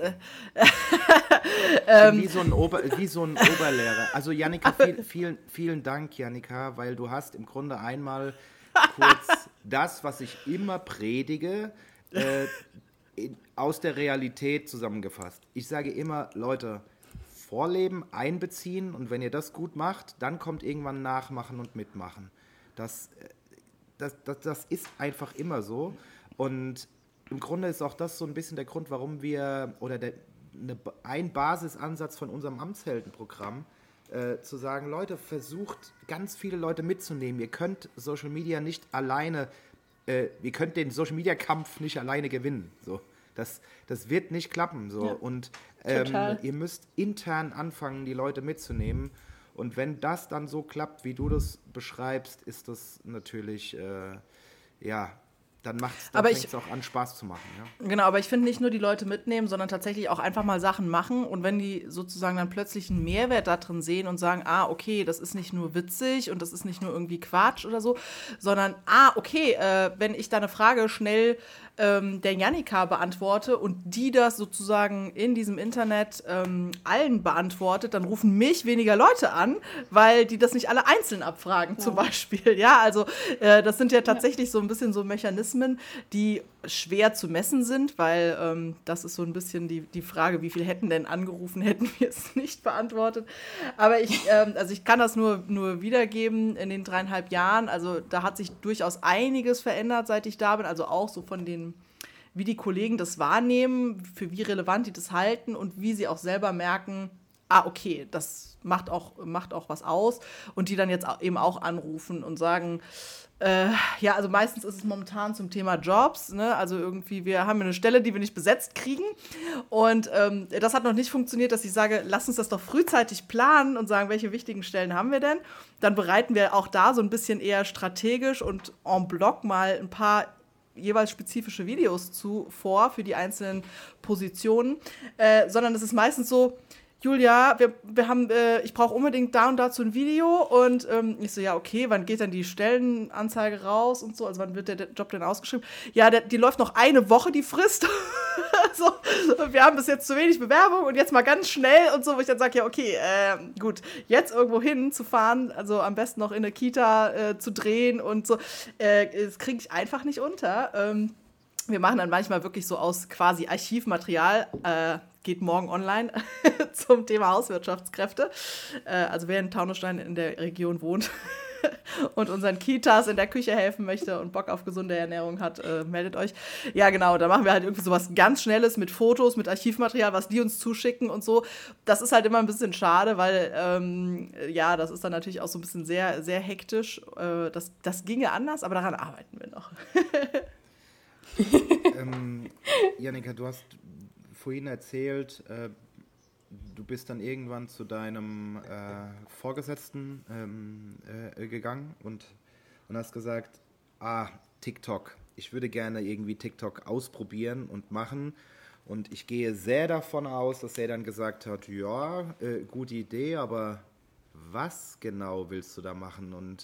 Speaker 2: Wie so ein Oberlehrer. Also Jannika, vielen Dank, Jannika, weil du hast im Grunde einmal kurz das, was ich immer predige, aus der Realität zusammengefasst. Ich sage immer, Leute, vorleben, einbeziehen und wenn ihr das gut macht, dann kommt irgendwann Nachmachen und Mitmachen. Das ist einfach immer so und im Grunde ist auch das so ein bisschen der Grund, warum wir, oder ein Basisansatz von unserem Amtsheldenprogramm, zu sagen, Leute, versucht ganz viele Leute mitzunehmen. Ihr könnt Social Media nicht alleine, ihr könnt den Social Media Kampf nicht alleine gewinnen. So. Das wird nicht klappen. So.
Speaker 3: Ja,
Speaker 2: und ihr müsst intern anfangen, die Leute mitzunehmen. Und wenn das dann so klappt, wie du das beschreibst, ist das natürlich, dann fängt es auch an, Spaß zu machen. Ja?
Speaker 1: Genau, aber ich finde nicht nur die Leute mitnehmen, sondern tatsächlich auch einfach mal Sachen machen. Und wenn die sozusagen dann plötzlich einen Mehrwert da drin sehen und sagen, okay, das ist nicht nur witzig und das ist nicht nur irgendwie Quatsch oder so, sondern, okay, wenn ich da eine Frage schnell der Jannika beantworte und die das sozusagen in diesem Internet allen beantwortet, dann rufen mich weniger Leute an, weil die das nicht alle einzeln abfragen, zum Beispiel. Ja, also das sind ja tatsächlich so ein bisschen so Mechanismen, die schwer zu messen sind, weil das ist so ein bisschen die Frage, wie viel hätten denn angerufen, hätten wir es nicht beantwortet. Aber ich kann das nur wiedergeben in den 3,5 Jahren. Also da hat sich durchaus einiges verändert, seit ich da bin. Also auch so von den, wie die Kollegen das wahrnehmen, für wie relevant die das halten und wie sie auch selber merken, okay, das macht auch was aus. Und die dann jetzt eben auch anrufen und sagen, ja, also meistens ist es momentan zum Thema Jobs, ne? Also irgendwie, wir haben eine Stelle, die wir nicht besetzt kriegen. Und das hat noch nicht funktioniert, dass ich sage, lass uns das doch frühzeitig planen und sagen, welche wichtigen Stellen haben wir denn? Dann bereiten wir auch da so ein bisschen eher strategisch und en bloc mal ein paar jeweils spezifische Videos vor für die einzelnen Positionen. Sondern es ist meistens so, Julia, wir haben, ich brauche unbedingt da und dazu ein Video und ich so, ja, okay, wann geht dann die Stellenanzeige raus und so, also wann wird der Job denn ausgeschrieben? Ja, die läuft noch eine Woche, die Frist. So, wir haben bis jetzt zu wenig Bewerbung und jetzt mal ganz schnell und so, wo ich dann sage, ja, okay, gut, jetzt irgendwo hinzufahren, also am besten noch in eine Kita zu drehen und so, das kriege ich einfach nicht unter. Wir machen dann manchmal wirklich so aus quasi Archivmaterial, geht morgen online zum Thema Hauswirtschaftskräfte. Also wer in Taunusstein in der Region wohnt und unseren Kitas in der Küche helfen möchte und Bock auf gesunde Ernährung hat, meldet euch. Ja, genau, da machen wir halt irgendwie sowas ganz Schnelles mit Fotos, mit Archivmaterial, was die uns zuschicken und so. Das ist halt immer ein bisschen schade, weil, ja, das ist dann natürlich auch so ein bisschen sehr, sehr hektisch. Das ginge anders, aber daran arbeiten wir noch.
Speaker 2: Jannika, du hast vorhin erzählt, du bist dann irgendwann zu deinem Vorgesetzten gegangen und hast gesagt, TikTok, ich würde gerne irgendwie TikTok ausprobieren und machen. Und ich gehe sehr davon aus, dass er dann gesagt hat, ja, gute Idee, aber was genau willst du da machen? Und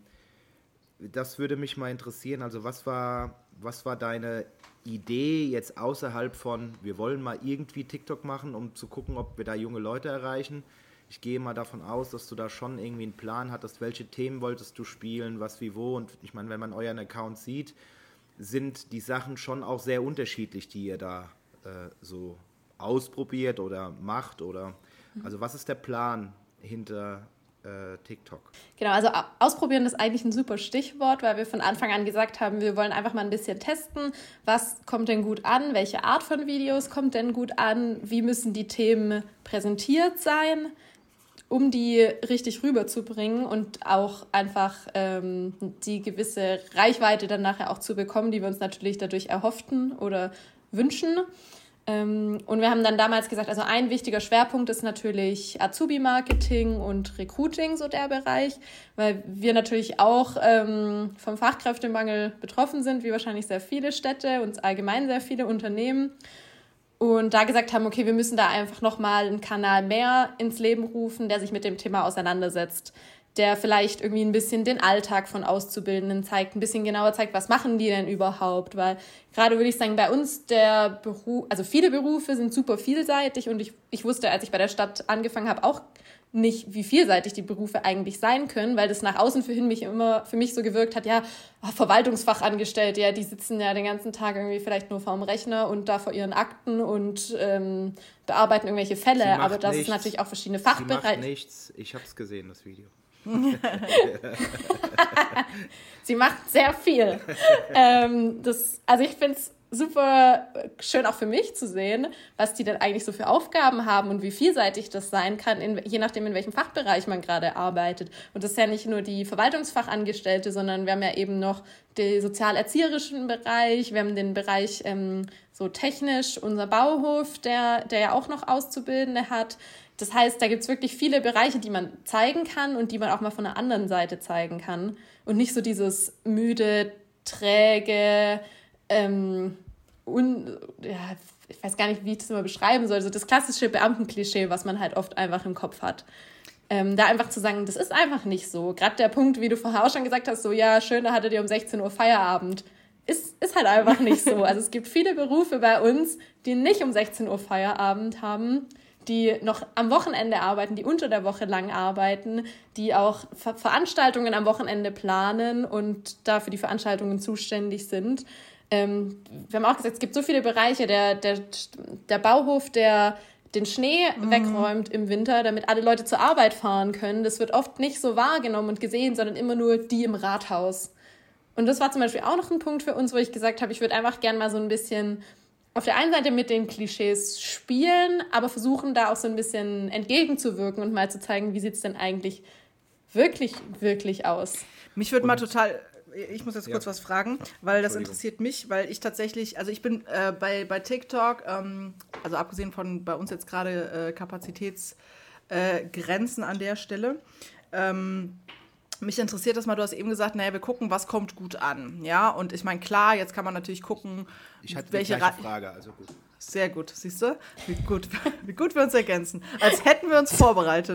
Speaker 2: das würde mich mal interessieren. Also was war deine Idee jetzt außerhalb von, wir wollen mal irgendwie TikTok machen, um zu gucken, ob wir da junge Leute erreichen? Ich gehe mal davon aus, dass du da schon irgendwie einen Plan hattest, welche Themen wolltest du spielen, was, wie, wo. Und ich meine, wenn man euren Account sieht, sind die Sachen schon auch sehr unterschiedlich, die ihr da so ausprobiert oder macht. Also was ist der Plan hinter TikTok?
Speaker 3: Genau, also ausprobieren ist eigentlich ein super Stichwort, weil wir von Anfang an gesagt haben, wir wollen einfach mal ein bisschen testen, was kommt denn gut an, welche Art von Videos kommt denn gut an, wie müssen die Themen präsentiert sein, um die richtig rüberzubringen und auch einfach die gewisse Reichweite dann nachher auch zu bekommen, die wir uns natürlich dadurch erhofften oder wünschen. Und wir haben dann damals gesagt, also ein wichtiger Schwerpunkt ist natürlich Azubi-Marketing und Recruiting, so der Bereich, weil wir natürlich auch vom Fachkräftemangel betroffen sind, wie wahrscheinlich sehr viele Städte und allgemein sehr viele Unternehmen. Und da gesagt haben, okay, wir müssen da einfach nochmal einen Kanal mehr ins Leben rufen, der sich mit dem Thema auseinandersetzt, der vielleicht irgendwie ein bisschen den Alltag von Auszubildenden zeigt, ein bisschen genauer zeigt, was machen die denn überhaupt, weil gerade würde ich sagen, bei uns der Beruf, also viele Berufe sind super vielseitig und ich wusste, als ich bei der Stadt angefangen habe, auch nicht, wie vielseitig die Berufe eigentlich sein können, weil das nach außen für mich so gewirkt hat, ja, Verwaltungsfachangestellte, ja, die sitzen ja den ganzen Tag irgendwie vielleicht nur vorm Rechner und da vor ihren Akten und bearbeiten irgendwelche Fälle, aber das ist natürlich auch verschiedene Fachbereiche.
Speaker 2: Sie macht nichts, ich habe es gesehen, das Video.
Speaker 3: Sie macht sehr viel. Also ich finde es super schön auch für mich zu sehen, was die denn eigentlich so für Aufgaben haben und wie vielseitig das sein kann, je nachdem, in welchem Fachbereich man gerade arbeitet. Und das ist ja nicht nur die Verwaltungsfachangestellte, sondern wir haben ja eben noch den sozial-erzieherischen Bereich, wir haben den Bereich so technisch, unser Bauhof, der ja auch noch Auszubildende hat. Das heißt, da gibt es wirklich viele Bereiche, die man zeigen kann und die man auch mal von der anderen Seite zeigen kann. Und nicht so dieses müde, träge, ich weiß gar nicht, wie ich das immer beschreiben soll, so das klassische Beamtenklischee, was man halt oft einfach im Kopf hat. Da einfach zu sagen, das ist einfach nicht so. Gerade der Punkt, wie du vorher auch schon gesagt hast, so ja, schön, da hattet ihr um 16 Uhr Feierabend. Ist halt einfach nicht so. Also es gibt viele Berufe bei uns, die nicht um 16 Uhr Feierabend haben, die noch am Wochenende arbeiten, die unter der Woche lang arbeiten, die auch Veranstaltungen am Wochenende planen und da für die Veranstaltungen zuständig sind. Wir haben auch gesagt, es gibt so viele Bereiche, der Bauhof, der den Schnee wegräumt im Winter, damit alle Leute zur Arbeit fahren können. Das wird oft nicht so wahrgenommen und gesehen, sondern immer nur die im Rathaus. Und das war zum Beispiel auch noch ein Punkt für uns, wo ich gesagt habe, ich würde einfach gerne mal so ein bisschen auf der einen Seite mit den Klischees spielen, aber versuchen da auch so ein bisschen entgegenzuwirken und mal zu zeigen, wie sieht es denn eigentlich wirklich, wirklich aus.
Speaker 1: Mich würde mal total, ich muss jetzt kurz was fragen, weil das interessiert mich, weil ich tatsächlich, also ich bin bei TikTok, also abgesehen von bei uns jetzt gerade Kapazitätsgrenzen an der Stelle, mich interessiert das mal, du hast eben gesagt, naja, wir gucken, was kommt gut an, ja, und ich meine, klar, jetzt kann man natürlich gucken,
Speaker 2: ich hatte
Speaker 1: welche
Speaker 2: die gleiche Frage, also gut.
Speaker 1: Sehr gut, siehst du, wie gut wir uns ergänzen, als hätten wir uns vorbereitet.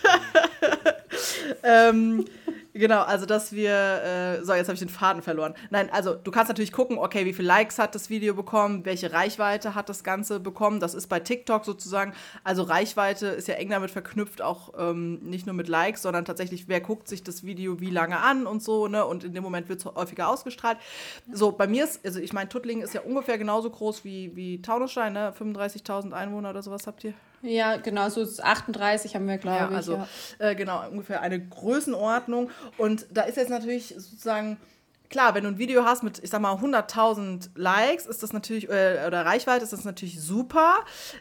Speaker 1: Genau, also dass wir, so jetzt habe ich den Faden verloren. Nein, also du kannst natürlich gucken, okay, wie viele Likes hat das Video bekommen, welche Reichweite hat das Ganze bekommen, das ist bei TikTok sozusagen, also Reichweite ist ja eng damit verknüpft, auch nicht nur mit Likes, sondern tatsächlich, wer guckt sich das Video wie lange an und so, ne, und in dem Moment wird es häufiger ausgestrahlt. So, bei mir ist, also ich meine, Tuttlingen ist ja ungefähr genauso groß wie Taunusstein, ne, 35.000 Einwohner oder sowas habt ihr?
Speaker 3: Ja, genau, so 38 haben wir, glaube ich.
Speaker 1: Also genau, ungefähr eine Größenordnung. Und da ist jetzt natürlich sozusagen, klar, wenn du ein Video hast mit, ich sag mal, 100.000 Likes, ist das natürlich, oder Reichweite, ist das natürlich super.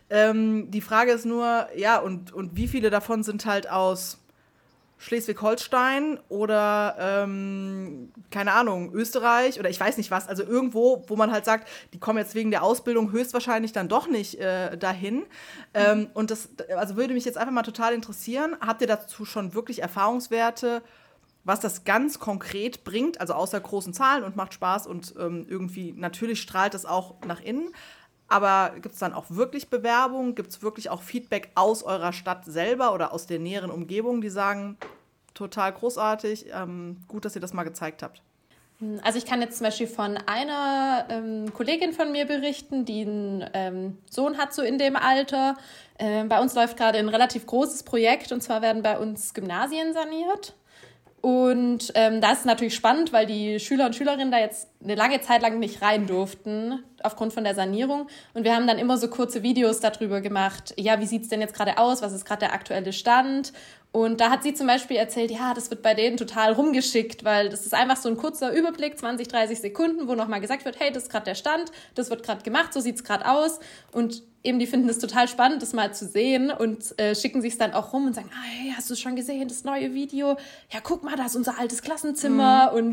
Speaker 1: Die Frage ist nur, ja, und wie viele davon sind halt aus Schleswig-Holstein oder, keine Ahnung, Österreich oder ich weiß nicht was, also irgendwo, wo man halt sagt, die kommen jetzt wegen der Ausbildung höchstwahrscheinlich dann doch nicht dahin. Und das, also würde mich jetzt einfach mal total interessieren, habt ihr dazu schon wirklich Erfahrungswerte, was das ganz konkret bringt, also außer großen Zahlen und macht Spaß und irgendwie, natürlich strahlt es auch nach innen, aber gibt es dann auch wirklich Bewerbungen? Gibt es wirklich auch Feedback aus eurer Stadt selber oder aus der näheren Umgebung, die sagen, total großartig, gut, dass ihr das mal gezeigt habt?
Speaker 3: Also ich kann jetzt zum Beispiel von einer Kollegin von mir berichten, die einen Sohn hat so in dem Alter. Bei uns läuft gerade ein relativ großes Projekt und zwar werden bei uns Gymnasien saniert. Und da ist es natürlich spannend, weil die Schüler und Schülerinnen da jetzt eine lange Zeit lang nicht rein durften, aufgrund von der Sanierung. Und wir haben dann immer so kurze Videos darüber gemacht, ja, wie sieht es denn jetzt gerade aus, was ist gerade der aktuelle Stand? Und da hat sie zum Beispiel erzählt, ja, das wird bei denen total rumgeschickt, weil das ist einfach so ein kurzer Überblick, 20, 30 Sekunden, wo nochmal gesagt wird, hey, das ist gerade der Stand, das wird gerade gemacht, so sieht es gerade aus. Und eben, die finden es total spannend, das mal zu sehen und schicken sich es dann auch rum und sagen, hey, hast du es schon gesehen, das neue Video? Ja, guck mal, da ist unser altes Klassenzimmer. Und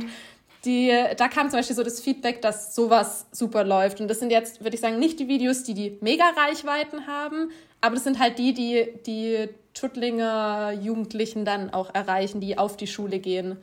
Speaker 3: da kam zum Beispiel so das Feedback, dass sowas super läuft. Und das sind jetzt, würde ich sagen, nicht die Videos, die Mega-Reichweiten haben, aber das sind halt die Tuttlinger Jugendlichen dann auch erreichen, die auf die Schule gehen.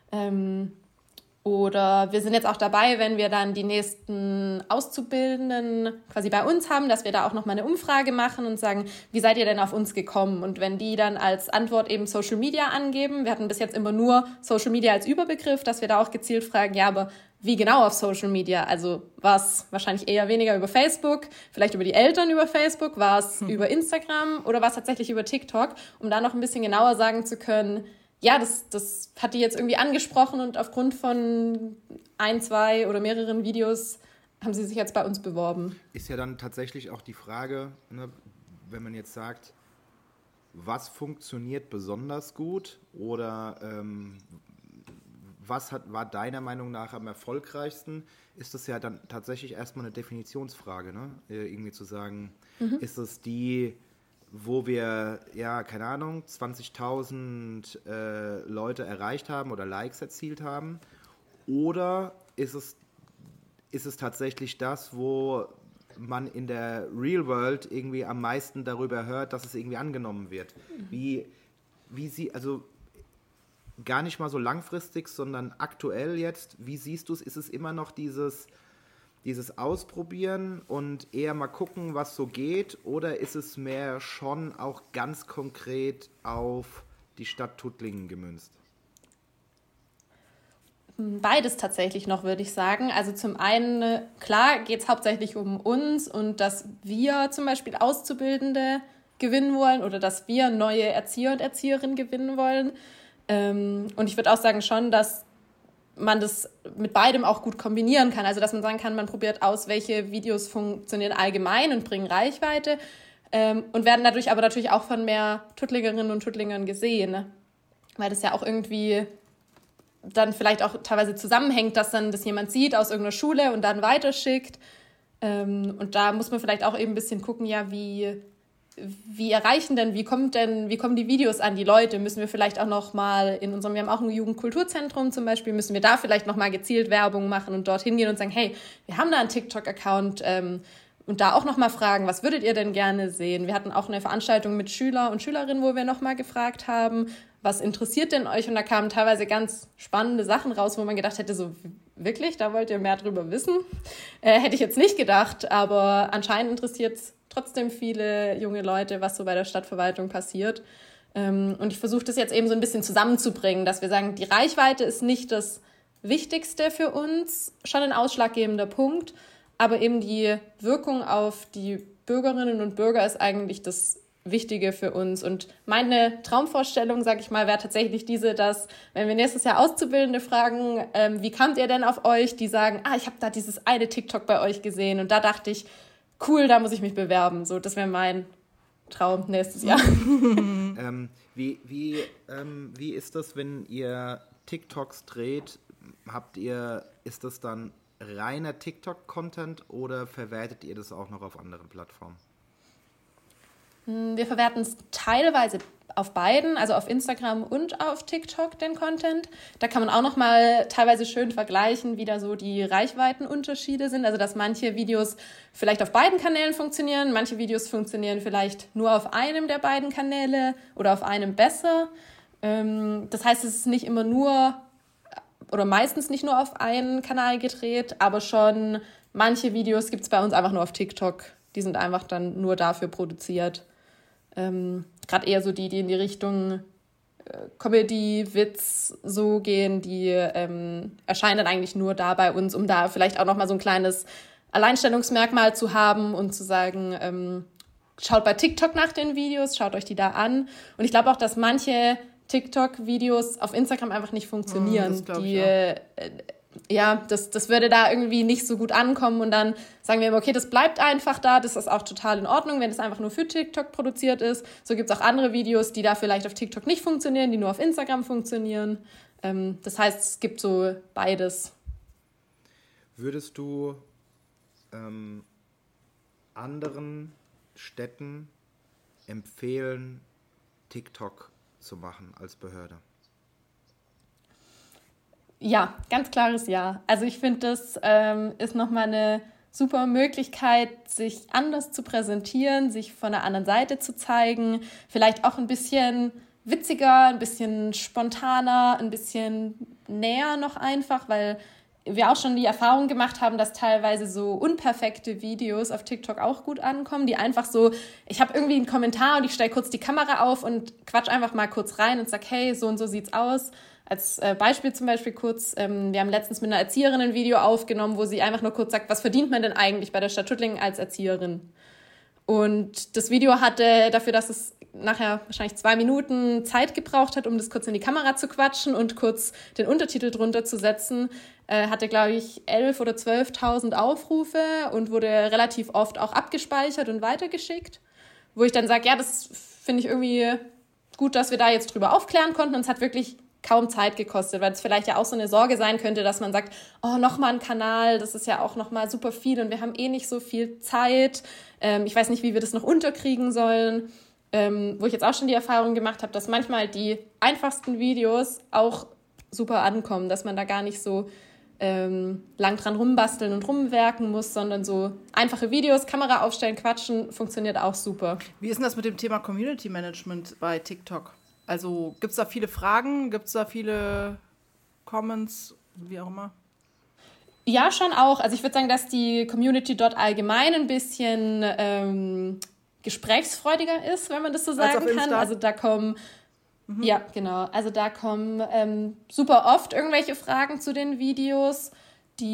Speaker 3: Oder wir sind jetzt auch dabei, wenn wir dann die nächsten Auszubildenden quasi bei uns haben, dass wir da auch nochmal eine Umfrage machen und sagen, wie seid ihr denn auf uns gekommen? Und wenn die dann als Antwort eben Social Media angeben, wir hatten bis jetzt immer nur Social Media als Überbegriff, dass wir da auch gezielt fragen, ja, aber wie genau auf Social Media? Also war es wahrscheinlich eher weniger über Facebook, vielleicht über die Eltern über Facebook, war es über Instagram oder war es tatsächlich über TikTok, um da noch ein bisschen genauer sagen zu können, ja, das hat die jetzt irgendwie angesprochen und aufgrund von 1, 2 oder mehreren Videos haben sie sich jetzt bei uns beworben.
Speaker 2: Ist ja dann tatsächlich auch die Frage, ne, wenn man jetzt sagt, was funktioniert besonders gut oder war deiner Meinung nach am erfolgreichsten, ist das ja dann tatsächlich erstmal eine Definitionsfrage, ne? Irgendwie zu sagen, ist es die, wo wir, ja, keine Ahnung, 20.000 Leute erreicht haben oder Likes erzielt haben, oder ist es tatsächlich das, wo man in der Real World irgendwie am meisten darüber hört, dass es irgendwie angenommen wird? Also gar nicht mal so langfristig, sondern aktuell jetzt, wie siehst du es? Ist es immer noch dieses Ausprobieren und eher mal gucken, was so geht, oder ist es mehr schon auch ganz konkret auf die Stadt Tuttlingen gemünzt?
Speaker 3: Beides tatsächlich noch, würde ich sagen. Also zum einen, klar, geht es hauptsächlich um uns und dass wir zum Beispiel Auszubildende gewinnen wollen oder dass wir neue Erzieher und Erzieherinnen gewinnen wollen. Und ich würde auch sagen schon, dass man das mit beidem auch gut kombinieren kann. Also dass man sagen kann, man probiert aus, welche Videos funktionieren allgemein und bringen Reichweite und werden dadurch aber natürlich auch von mehr Tuttlingerinnen und Tuttlingern gesehen. Weil das ja auch irgendwie dann vielleicht auch teilweise zusammenhängt, dass dann das jemand sieht aus irgendeiner Schule und dann weiterschickt. Und da muss man vielleicht auch eben ein bisschen gucken, ja, wie erreichen denn, wie kommen die Videos an die Leute? Müssen wir vielleicht auch noch mal wir haben auch ein Jugendkulturzentrum zum Beispiel, müssen wir da vielleicht noch mal gezielt Werbung machen und dorthin gehen und sagen, hey, wir haben da einen TikTok-Account, und da auch noch mal fragen, was würdet ihr denn gerne sehen? Wir hatten auch eine Veranstaltung mit Schüler und Schülerinnen, wo wir noch mal gefragt haben, was interessiert denn euch? Und da kamen teilweise ganz spannende Sachen raus, wo man gedacht hätte, so wirklich, da wollt ihr mehr drüber wissen? Hätte ich jetzt nicht gedacht, aber anscheinend interessiert es trotzdem viele junge Leute, was so bei der Stadtverwaltung passiert. Und ich versuche das jetzt eben so ein bisschen zusammenzubringen, dass wir sagen, die Reichweite ist nicht das Wichtigste für uns, schon ein ausschlaggebender Punkt, aber eben die Wirkung auf die Bürgerinnen und Bürger ist eigentlich das Wichtige für uns. Und meine Traumvorstellung, sage ich mal, wäre tatsächlich diese, dass, wenn wir nächstes Jahr Auszubildende fragen, wie kamt ihr denn auf euch, die sagen, ich habe da dieses eine TikTok bei euch gesehen und da dachte ich, cool, da muss ich mich bewerben. So, das wäre mein Traum nächstes Jahr.
Speaker 2: Wie ist das, wenn ihr TikToks dreht? Ist das dann reiner TikTok-Content oder verwertet ihr das auch noch auf anderen Plattformen?
Speaker 3: Wir verwerten es teilweise auf beiden, also auf Instagram und auf TikTok, den Content. Da kann man auch noch mal teilweise schön vergleichen, wie da so die Reichweitenunterschiede sind. Also dass manche Videos vielleicht auf beiden Kanälen funktionieren, manche Videos funktionieren vielleicht nur auf einem der beiden Kanäle oder auf einem besser. Das heißt, es ist nicht immer nur oder meistens nicht nur auf einen Kanal gedreht, aber schon manche Videos gibt es bei uns einfach nur auf TikTok. Die sind einfach dann nur dafür produziert. Gerade eher so die in die Richtung Comedy, Witz so gehen, die erscheinen eigentlich nur da bei uns, um da vielleicht auch nochmal so ein kleines Alleinstellungsmerkmal zu haben und zu sagen, schaut bei TikTok nach den Videos, schaut euch die da an. Und ich glaube auch, dass manche TikTok-Videos auf Instagram einfach nicht funktionieren. Das würde da irgendwie nicht so gut ankommen und dann sagen wir immer, okay, das bleibt einfach da, das ist auch total in Ordnung, wenn es einfach nur für TikTok produziert ist. So gibt es auch andere Videos, die da vielleicht auf TikTok nicht funktionieren, die nur auf Instagram funktionieren. Das heißt, es gibt so beides.
Speaker 2: Würdest du anderen Städten empfehlen, TikTok zu machen als Behörde?
Speaker 3: Ja, ganz klares Ja. Also ich finde, das ist nochmal eine super Möglichkeit, sich anders zu präsentieren, sich von der anderen Seite zu zeigen, vielleicht auch ein bisschen witziger, ein bisschen spontaner, ein bisschen näher noch einfach, weil wir auch schon die Erfahrung gemacht haben, dass teilweise so unperfekte Videos auf TikTok auch gut ankommen, die einfach so, ich habe irgendwie einen Kommentar und ich stelle kurz die Kamera auf und quatsch einfach mal kurz rein und sag, hey, so und so sieht's aus. Als Beispiel zum Beispiel kurz, wir haben letztens mit einer Erzieherin ein Video aufgenommen, wo sie einfach nur kurz sagt, was verdient man denn eigentlich bei der Stadt Tuttlingen als Erzieherin? Und das Video hatte dafür, dass es nachher wahrscheinlich 2 Minuten Zeit gebraucht hat, um das kurz in die Kamera zu quatschen und kurz den Untertitel drunter zu setzen, hatte, glaube ich, 11.000 oder 12.000 Aufrufe und wurde relativ oft auch abgespeichert und weitergeschickt, wo ich dann sage, ja, das finde ich irgendwie gut, dass wir da jetzt drüber aufklären konnten und es hat wirklich kaum Zeit gekostet, weil es vielleicht ja auch so eine Sorge sein könnte, dass man sagt, oh, nochmal ein Kanal, das ist ja auch nochmal super viel und wir haben eh nicht so viel Zeit. Ich weiß nicht, wie wir das noch unterkriegen sollen. Wo ich jetzt auch schon die Erfahrung gemacht habe, dass manchmal die einfachsten Videos auch super ankommen, dass man da gar nicht so lang dran rumbasteln und rumwerken muss, sondern so einfache Videos, Kamera aufstellen, quatschen, funktioniert auch super.
Speaker 1: Wie ist denn das mit dem Thema Community Management bei TikTok? Also gibt es da viele Fragen, gibt es da viele Comments, wie auch immer?
Speaker 3: Ja, schon auch. Also ich würde sagen, dass die Community dort allgemein ein bisschen gesprächsfreudiger ist, wenn man das so sagen kann. Also da kommen ja, genau. Also da kommen super oft irgendwelche Fragen zu den Videos, die wir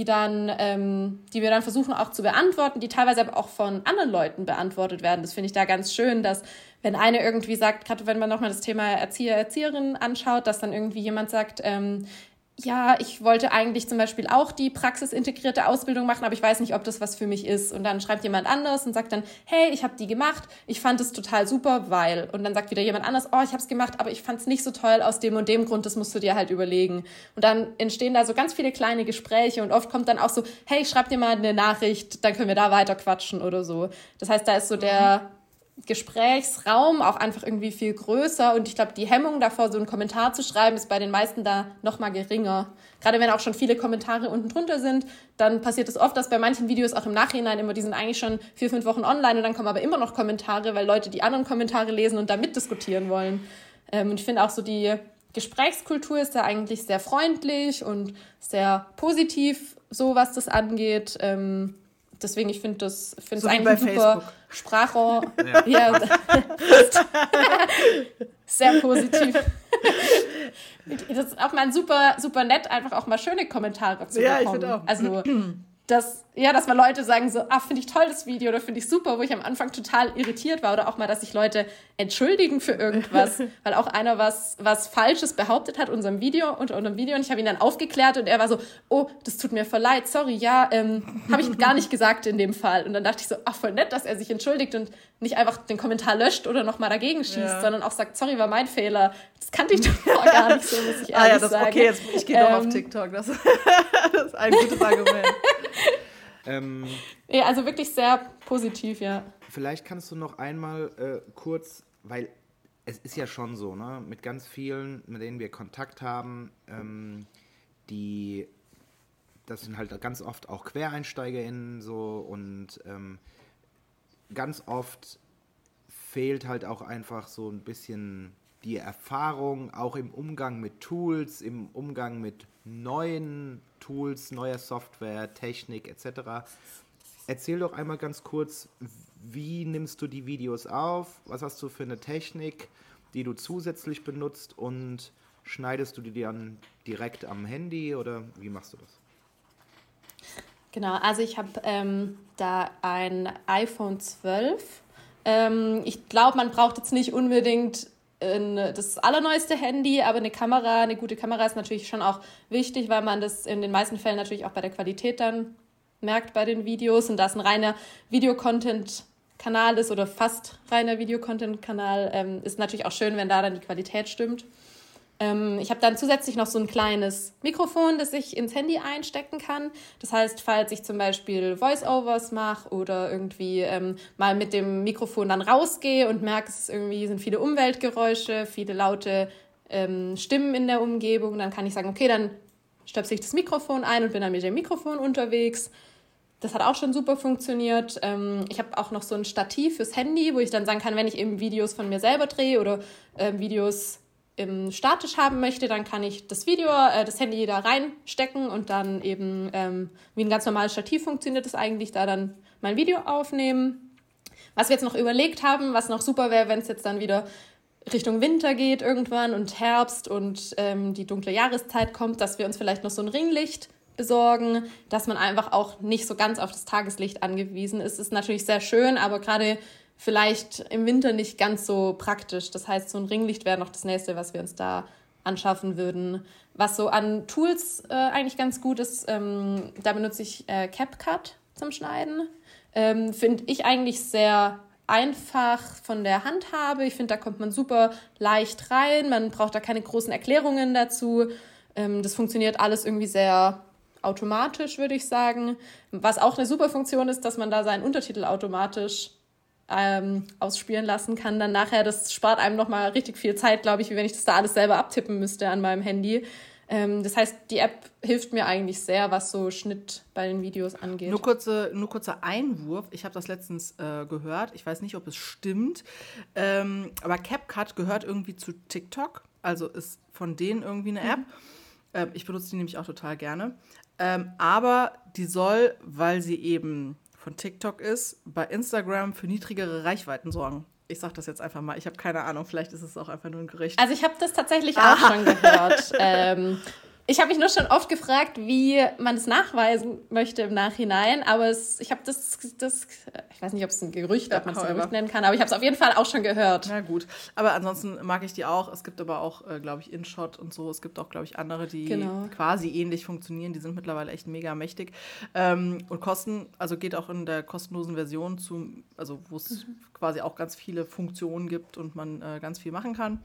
Speaker 3: dann versuchen auch zu beantworten, die teilweise aber auch von anderen Leuten beantwortet werden. Das finde ich da ganz schön, dass wenn eine irgendwie sagt, gerade wenn man nochmal das Thema Erzieher, Erzieherinnen anschaut, dass dann irgendwie jemand sagt, ja, ich wollte eigentlich zum Beispiel auch die praxisintegrierte Ausbildung machen, aber ich weiß nicht, ob das was für mich ist. Und dann schreibt jemand anderes und sagt dann, hey, ich habe die gemacht, ich fand es total super, weil. Und dann sagt wieder jemand anderes, oh, ich habe es gemacht, aber ich fand es nicht so toll aus dem und dem Grund, das musst du dir halt überlegen. Und dann entstehen da so ganz viele kleine Gespräche und oft kommt dann auch so, hey, schreib dir mal eine Nachricht, dann können wir da weiter quatschen oder so. Das heißt, da ist so der Gesprächsraum auch einfach irgendwie viel größer und ich glaube, die Hemmung davor, so einen Kommentar zu schreiben, ist bei den meisten da noch mal geringer. Gerade wenn auch schon viele Kommentare unten drunter sind, dann passiert es oft, dass bei manchen Videos auch im Nachhinein immer, die sind eigentlich schon 4-5 Wochen online und dann kommen aber immer noch Kommentare, weil Leute die anderen Kommentare lesen und da mitdiskutieren wollen. Und ich finde auch so, die Gesprächskultur ist da eigentlich sehr freundlich und sehr positiv, so was das angeht. Deswegen, ich finde es
Speaker 1: So
Speaker 3: eigentlich ein super Sprachrohr. Ja. Sehr positiv. Das ist auch mal super, super nett, einfach auch mal schöne Kommentare zu bekommen.
Speaker 1: Ja, ich finde auch.
Speaker 3: Also, dass mal Leute sagen so, finde ich toll das Video oder finde ich super, wo ich am Anfang total irritiert war oder auch mal, dass sich Leute entschuldigen für irgendwas, weil auch einer was Falsches behauptet hat unter unserem Video und ich habe ihn dann aufgeklärt und er war so, oh, das tut mir voll leid, sorry, ja, habe ich gar nicht gesagt in dem Fall. Und dann dachte ich so, voll nett, dass er sich entschuldigt und nicht einfach den Kommentar löscht oder nochmal dagegen schießt, sondern auch sagt, sorry, war mein Fehler. Das kannte ich doch gar nicht so, muss ich ehrlich sagen.
Speaker 1: Okay, jetzt, ich gehe doch auf TikTok, das ist ein gutes Argument.
Speaker 3: Ja, also wirklich sehr positiv, ja.
Speaker 2: Vielleicht kannst du noch einmal kurz, weil es ist ja schon so, ne, mit ganz vielen, mit denen wir Kontakt haben, das sind halt ganz oft auch QuereinsteigerInnen so und ganz oft fehlt halt auch einfach so ein bisschen die Erfahrung, auch im Umgang mit Tools, im Umgang mit neuen Tools, neuer Software, Technik etc. Erzähl doch einmal ganz kurz, wie nimmst du die Videos auf? Was hast du für eine Technik, die du zusätzlich benutzt und schneidest du die dann direkt am Handy oder wie machst du das?
Speaker 3: Genau, also ich habe da ein iPhone 12. Ich glaube, man braucht jetzt nicht unbedingt das allerneueste Handy, aber eine gute Kamera ist natürlich schon auch wichtig, weil man das in den meisten Fällen natürlich auch bei der Qualität dann merkt bei den Videos und da es ein reiner Videocontent-Kanal ist oder fast reiner Videocontent-Kanal, ist natürlich auch schön, wenn da dann die Qualität stimmt. Ich habe dann zusätzlich noch so ein kleines Mikrofon, das ich ins Handy einstecken kann. Das heißt, falls ich zum Beispiel Voice-Overs mache oder irgendwie mal mit dem Mikrofon dann rausgehe und merke, sind viele Umweltgeräusche, viele laute Stimmen in der Umgebung, dann kann ich sagen, okay, dann stöpsel ich das Mikrofon ein und bin dann mit dem Mikrofon unterwegs. Das hat auch schon super funktioniert. Ich habe auch noch so ein Stativ fürs Handy, wo ich dann sagen kann, wenn ich eben Videos von mir selber drehe oder Videos statisch haben möchte, dann kann ich das Handy da reinstecken und dann eben wie ein ganz normales Stativ funktioniert es eigentlich, da dann mein Video aufnehmen. Was wir jetzt noch überlegt haben, was noch super wäre, wenn es jetzt dann wieder Richtung Winter geht irgendwann und Herbst und die dunkle Jahreszeit kommt, dass wir uns vielleicht noch so ein Ringlicht besorgen, dass man einfach auch nicht so ganz auf das Tageslicht angewiesen ist. Ist natürlich sehr schön, aber gerade vielleicht im Winter nicht ganz so praktisch. Das heißt, so ein Ringlicht wäre noch das Nächste, was wir uns da anschaffen würden. Was so an Tools eigentlich ganz gut ist, da benutze ich CapCut zum Schneiden. Finde ich eigentlich sehr einfach von der Handhabe. Ich finde, da kommt man super leicht rein. Man braucht da keine großen Erklärungen dazu. Das funktioniert alles irgendwie sehr automatisch, würde ich sagen. Was auch eine super Funktion ist, dass man da seinen Untertitel automatisch ausspielen lassen kann dann nachher. Das spart einem nochmal richtig viel Zeit, glaube ich, wie wenn ich das da alles selber abtippen müsste an meinem Handy. Das heißt, die App hilft mir eigentlich sehr, was so Schnitt bei den Videos angeht.
Speaker 1: Nur kurzer Einwurf. Ich habe das letztens gehört. Ich weiß nicht, ob es stimmt. Aber CapCut gehört irgendwie zu TikTok. Also ist von denen irgendwie eine App. Ich benutze die nämlich auch total gerne. Aber die soll, weil sie eben von TikTok ist, bei Instagram für niedrigere Reichweiten sorgen. Ich sage das jetzt einfach mal. Ich habe keine Ahnung. Vielleicht ist es auch einfach nur ein Gerücht.
Speaker 3: Also ich habe das tatsächlich auch schon gehört. Ich habe mich nur schon oft gefragt, wie man es nachweisen möchte im Nachhinein, aber ich habe ich weiß nicht, ob es ein Gerücht, ob man es ein Gerücht nennen kann, aber ich habe es auf jeden Fall auch schon gehört.
Speaker 1: Na gut, aber ansonsten mag ich die auch. Es gibt aber auch, glaube ich, InShot und so. Es gibt auch, glaube ich, andere, die quasi ähnlich funktionieren. Die sind mittlerweile echt mega mächtig und kosten, also geht auch in der kostenlosen Version also wo es quasi auch ganz viele Funktionen gibt und man ganz viel machen kann.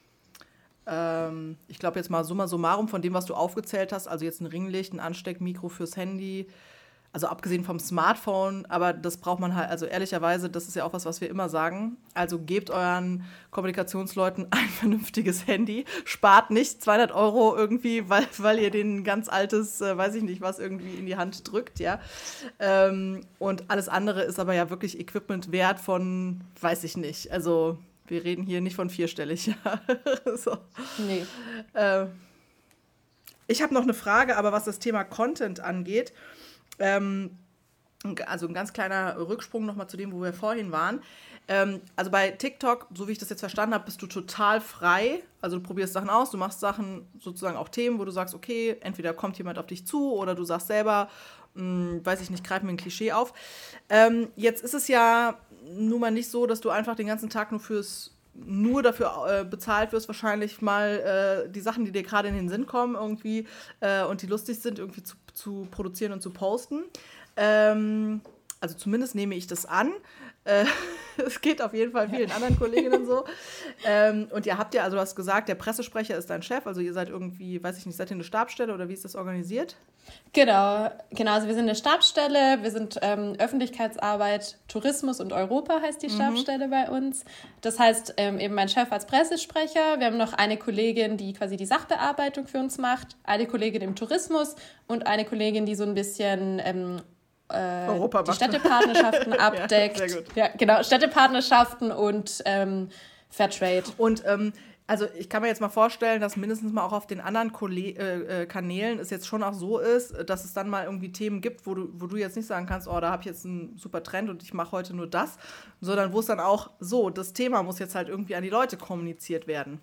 Speaker 1: Ich glaube jetzt mal summa summarum von dem, was du aufgezählt hast, also jetzt ein Ringlicht, ein Ansteckmikro fürs Handy, also abgesehen vom Smartphone, aber das braucht man halt, also ehrlicherweise, das ist ja auch was wir immer sagen, also gebt euren Kommunikationsleuten ein vernünftiges Handy, spart nicht 200 € irgendwie, weil ihr denen ein ganz altes, weiß ich nicht was, irgendwie in die Hand drückt, ja. Und alles andere ist aber ja wirklich Equipment wert von, weiß ich nicht, also wir reden hier nicht von vierstellig. Ja. So.
Speaker 3: Nee.
Speaker 1: Ich habe noch eine Frage, aber was das Thema Content angeht, also ein ganz kleiner Rücksprung nochmal zu dem, wo wir vorhin waren. Also bei TikTok, so wie ich das jetzt verstanden habe, bist du total frei. Also du probierst Sachen aus, du machst Sachen, sozusagen auch Themen, wo du sagst, okay, entweder kommt jemand auf dich zu oder du sagst selber, weiß ich nicht, greif mir ein Klischee auf. Jetzt ist es ja nun mal nicht so, dass du einfach den ganzen Tag nur dafür bezahlt wirst, wahrscheinlich mal die Sachen, die dir gerade in den Sinn kommen irgendwie und die lustig sind, irgendwie zu produzieren und zu posten. Also zumindest nehme ich das an. Es geht auf jeden Fall vielen anderen Kolleginnen so. Und ihr habt ja, also du hast gesagt, der Pressesprecher ist dein Chef, also ihr seid irgendwie, weiß ich nicht, seid ihr eine Stabsstelle oder wie ist das organisiert?
Speaker 3: Genau, also wir sind eine Stabsstelle, wir sind Öffentlichkeitsarbeit, Tourismus und Europa heißt die Stabsstelle bei uns. Das heißt eben mein Chef als Pressesprecher, wir haben noch eine Kollegin, die quasi die Sachbearbeitung für uns macht, eine Kollegin im Tourismus und eine Kollegin, die so ein bisschen die Städtepartnerschaften abdeckt.
Speaker 1: Ja, sehr gut.
Speaker 3: Ja, genau, Städtepartnerschaften und Fairtrade.
Speaker 1: Und also ich kann mir jetzt mal vorstellen, dass mindestens mal auch auf den anderen Kanälen es jetzt schon auch so ist, dass es dann mal irgendwie Themen gibt, wo du jetzt nicht sagen kannst, oh, da habe ich jetzt einen super Trend und ich mache heute nur das, sondern wo es dann auch so, das Thema muss jetzt halt irgendwie an die Leute kommuniziert werden.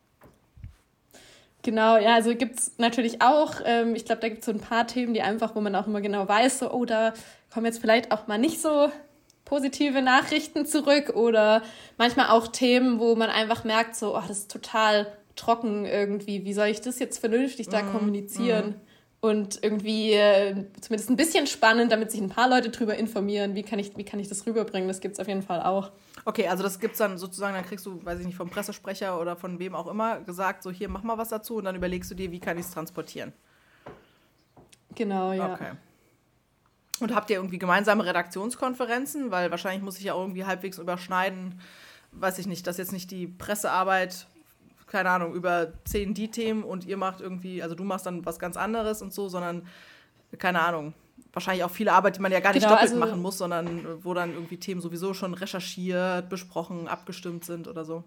Speaker 3: Genau, ja, also gibt's natürlich auch, ich glaube, da gibt's so ein paar Themen, die einfach, wo man auch immer genau weiß, so, oh, da kommen jetzt vielleicht auch mal nicht so positive Nachrichten zurück oder manchmal auch Themen, wo man einfach merkt, so, oh, das ist total trocken irgendwie, wie soll ich das jetzt vernünftig da kommunizieren? Und irgendwie zumindest ein bisschen spannend, damit sich ein paar Leute drüber informieren, wie kann ich das rüberbringen, das gibt's auf jeden Fall auch.
Speaker 1: Okay, also das gibt's dann sozusagen, dann kriegst du, weiß ich nicht, vom Pressesprecher oder von wem auch immer gesagt, so hier, mach mal was dazu und dann überlegst du dir, wie kann ich es transportieren.
Speaker 3: Genau, ja.
Speaker 1: Okay. Und habt ihr irgendwie gemeinsame Redaktionskonferenzen? Weil wahrscheinlich muss ich ja irgendwie halbwegs überschneiden, weiß ich nicht, dass jetzt nicht die Pressearbeit, keine Ahnung, über 10 die Themen und ihr macht irgendwie, also du machst dann was ganz anderes und so, sondern, keine Ahnung, wahrscheinlich auch viele Arbeit, die man ja gar nicht doppelt machen muss, sondern wo dann irgendwie Themen sowieso schon recherchiert, besprochen, abgestimmt sind oder so.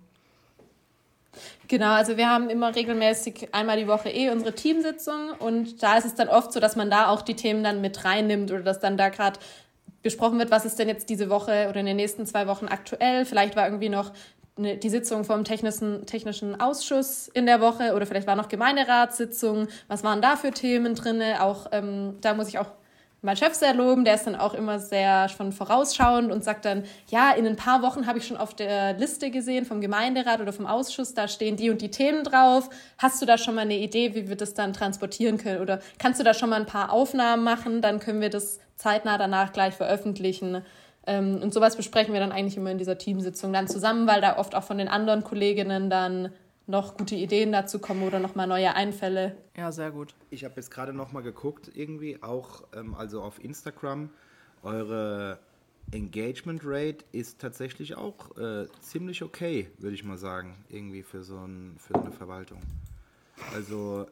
Speaker 3: Genau, also wir haben immer regelmäßig einmal die Woche unsere Teamsitzung und da ist es dann oft so, dass man da auch die Themen dann mit reinnimmt oder dass dann da gerade besprochen wird, was ist denn jetzt diese Woche oder in den nächsten 2 Wochen aktuell. Vielleicht war irgendwie noch die Sitzung vom technischen Ausschuss in der Woche oder vielleicht war noch Gemeinderatssitzung. Was waren da für Themen drin? Auch da muss ich auch meinen Chef sehr loben, der ist dann auch immer sehr schon vorausschauend und sagt dann, ja, in ein paar Wochen habe ich schon auf der Liste gesehen vom Gemeinderat oder vom Ausschuss, da stehen die und die Themen drauf. Hast du da schon mal eine Idee, wie wir das dann transportieren können? Oder kannst du da schon mal ein paar Aufnahmen machen? Dann können wir das zeitnah danach gleich veröffentlichen. Und sowas besprechen wir dann eigentlich immer in dieser Teamsitzung dann zusammen, weil da oft auch von den anderen Kolleginnen dann noch gute Ideen dazu kommen oder nochmal neue Einfälle.
Speaker 1: Ja, sehr gut.
Speaker 2: Ich habe jetzt gerade nochmal geguckt, irgendwie auch, also auf Instagram, eure Engagement Rate ist tatsächlich auch ziemlich okay, würde ich mal sagen, irgendwie für so eine Verwaltung. Also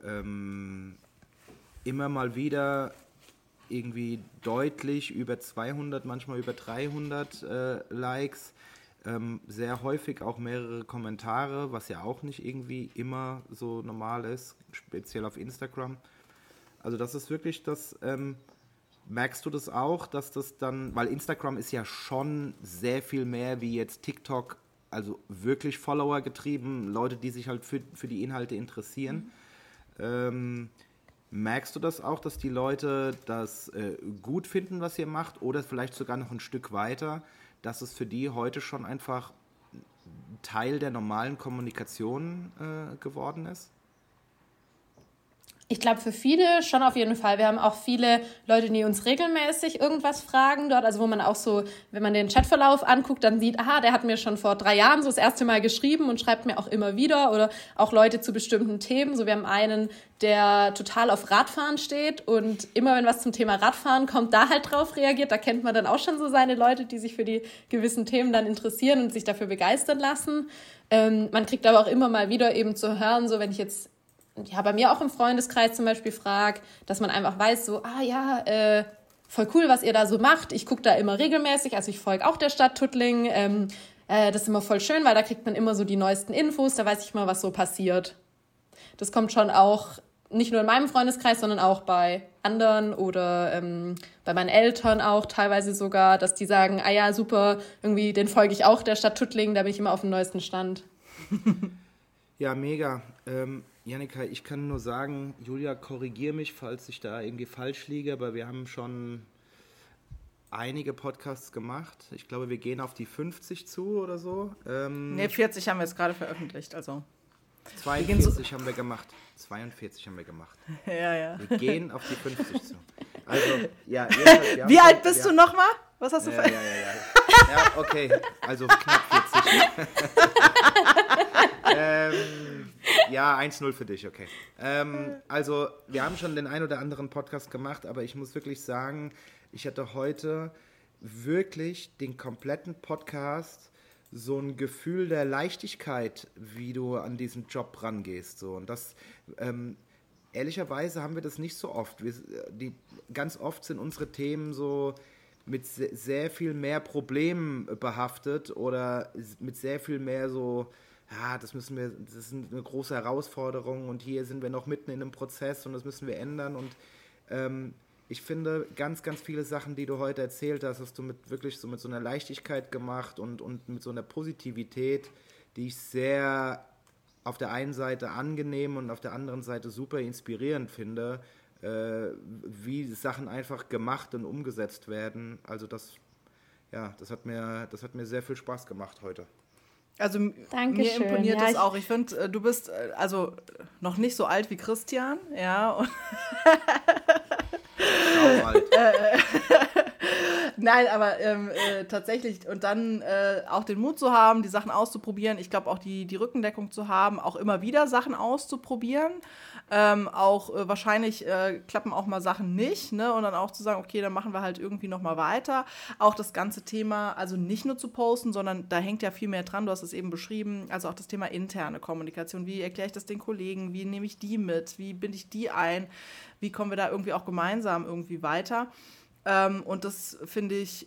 Speaker 2: immer mal wieder irgendwie deutlich über 200, manchmal über 300 Likes. Sehr häufig auch mehrere Kommentare, was ja auch nicht irgendwie immer so normal ist, speziell auf Instagram. Also das ist wirklich das, merkst du das auch, dass das dann, weil Instagram ist ja schon sehr viel mehr wie jetzt TikTok, also wirklich Follower getrieben, Leute, die sich halt für die Inhalte interessieren. Merkst du das auch, dass die Leute das gut finden, was ihr macht, oder vielleicht sogar noch ein Stück weiter, dass es für die heute schon einfach Teil der normalen Kommunikation geworden ist?
Speaker 3: Ich glaube, für viele schon auf jeden Fall. Wir haben auch viele Leute, die uns regelmäßig irgendwas fragen dort. Also wo man auch so, wenn man den Chatverlauf anguckt, dann sieht, aha, der hat mir schon vor 3 Jahren so das erste Mal geschrieben und schreibt mir auch immer wieder. Oder auch Leute zu bestimmten Themen. So, wir haben einen, der total auf Radfahren steht und immer, wenn was zum Thema Radfahren kommt, da halt drauf reagiert. Da kennt man dann auch schon so seine Leute, die sich für die gewissen Themen dann interessieren und sich dafür begeistern lassen. Man kriegt aber auch immer mal wieder eben zu hören, so wenn ich jetzt bei mir auch im Freundeskreis zum Beispiel frage, dass man einfach weiß, so, voll cool, was ihr da so macht. Ich gucke da immer regelmäßig, also ich folge auch der Stadt Tuttling. Das ist immer voll schön, weil da kriegt man immer so die neuesten Infos, da weiß ich mal, was so passiert. Das kommt schon auch nicht nur in meinem Freundeskreis, sondern auch bei anderen oder bei meinen Eltern auch teilweise sogar, dass die sagen, super, irgendwie den folge ich auch der Stadt Tuttling, da bin ich immer auf dem neuesten Stand.
Speaker 2: Ja, mega. Jannika, ich kann nur sagen, Julia, korrigiere mich, falls ich da irgendwie falsch liege, aber wir haben schon einige Podcasts gemacht. Ich glaube, wir gehen auf die 50 zu oder so.
Speaker 1: 40 haben wir jetzt gerade veröffentlicht, also.
Speaker 2: 42 haben wir gemacht. 42 haben wir gemacht.
Speaker 1: Ja.
Speaker 2: Wir gehen auf die 50 zu. Also, ja.
Speaker 1: Wie alt bist du nochmal? Was hast du für...
Speaker 2: Ja, okay. Also knapp 40. 1-0 für dich, okay. Also, wir haben schon den ein oder anderen Podcast gemacht, aber ich muss wirklich sagen, ich hatte heute wirklich den kompletten Podcast so ein Gefühl der Leichtigkeit, wie du an diesen Job rangehst. So. Und das, ehrlicherweise haben wir das nicht so oft. Ganz oft sind unsere Themen so mit sehr viel mehr Problemen behaftet oder mit sehr viel mehr so, das ist eine große Herausforderung und hier sind wir noch mitten in einem Prozess und das müssen wir ändern. Und ich finde, ganz, ganz viele Sachen, die du heute erzählt hast du mit so einer Leichtigkeit gemacht und mit so einer Positivität, die ich sehr auf der einen Seite angenehm und auf der anderen Seite super inspirierend finde, wie Sachen einfach gemacht und umgesetzt werden. Also das hat mir sehr viel Spaß gemacht heute.
Speaker 1: Also mir imponiert das auch. Ich finde, du bist also noch nicht so alt wie Christian, ja. Und
Speaker 2: alt.
Speaker 1: Nein, aber tatsächlich und dann auch den Mut zu haben, die Sachen auszuprobieren. Ich glaube auch die Rückendeckung zu haben, auch immer wieder Sachen auszuprobieren. Wahrscheinlich klappen auch mal Sachen nicht, ne? Und dann auch zu sagen, okay, dann machen wir halt irgendwie nochmal weiter. Auch das ganze Thema, also nicht nur zu posten, sondern da hängt ja viel mehr dran, du hast es eben beschrieben, also auch das Thema interne Kommunikation. Wie erkläre ich das den Kollegen? Wie nehme ich die mit? Wie binde ich die ein? Wie kommen wir da irgendwie auch gemeinsam irgendwie weiter? Und das finde ich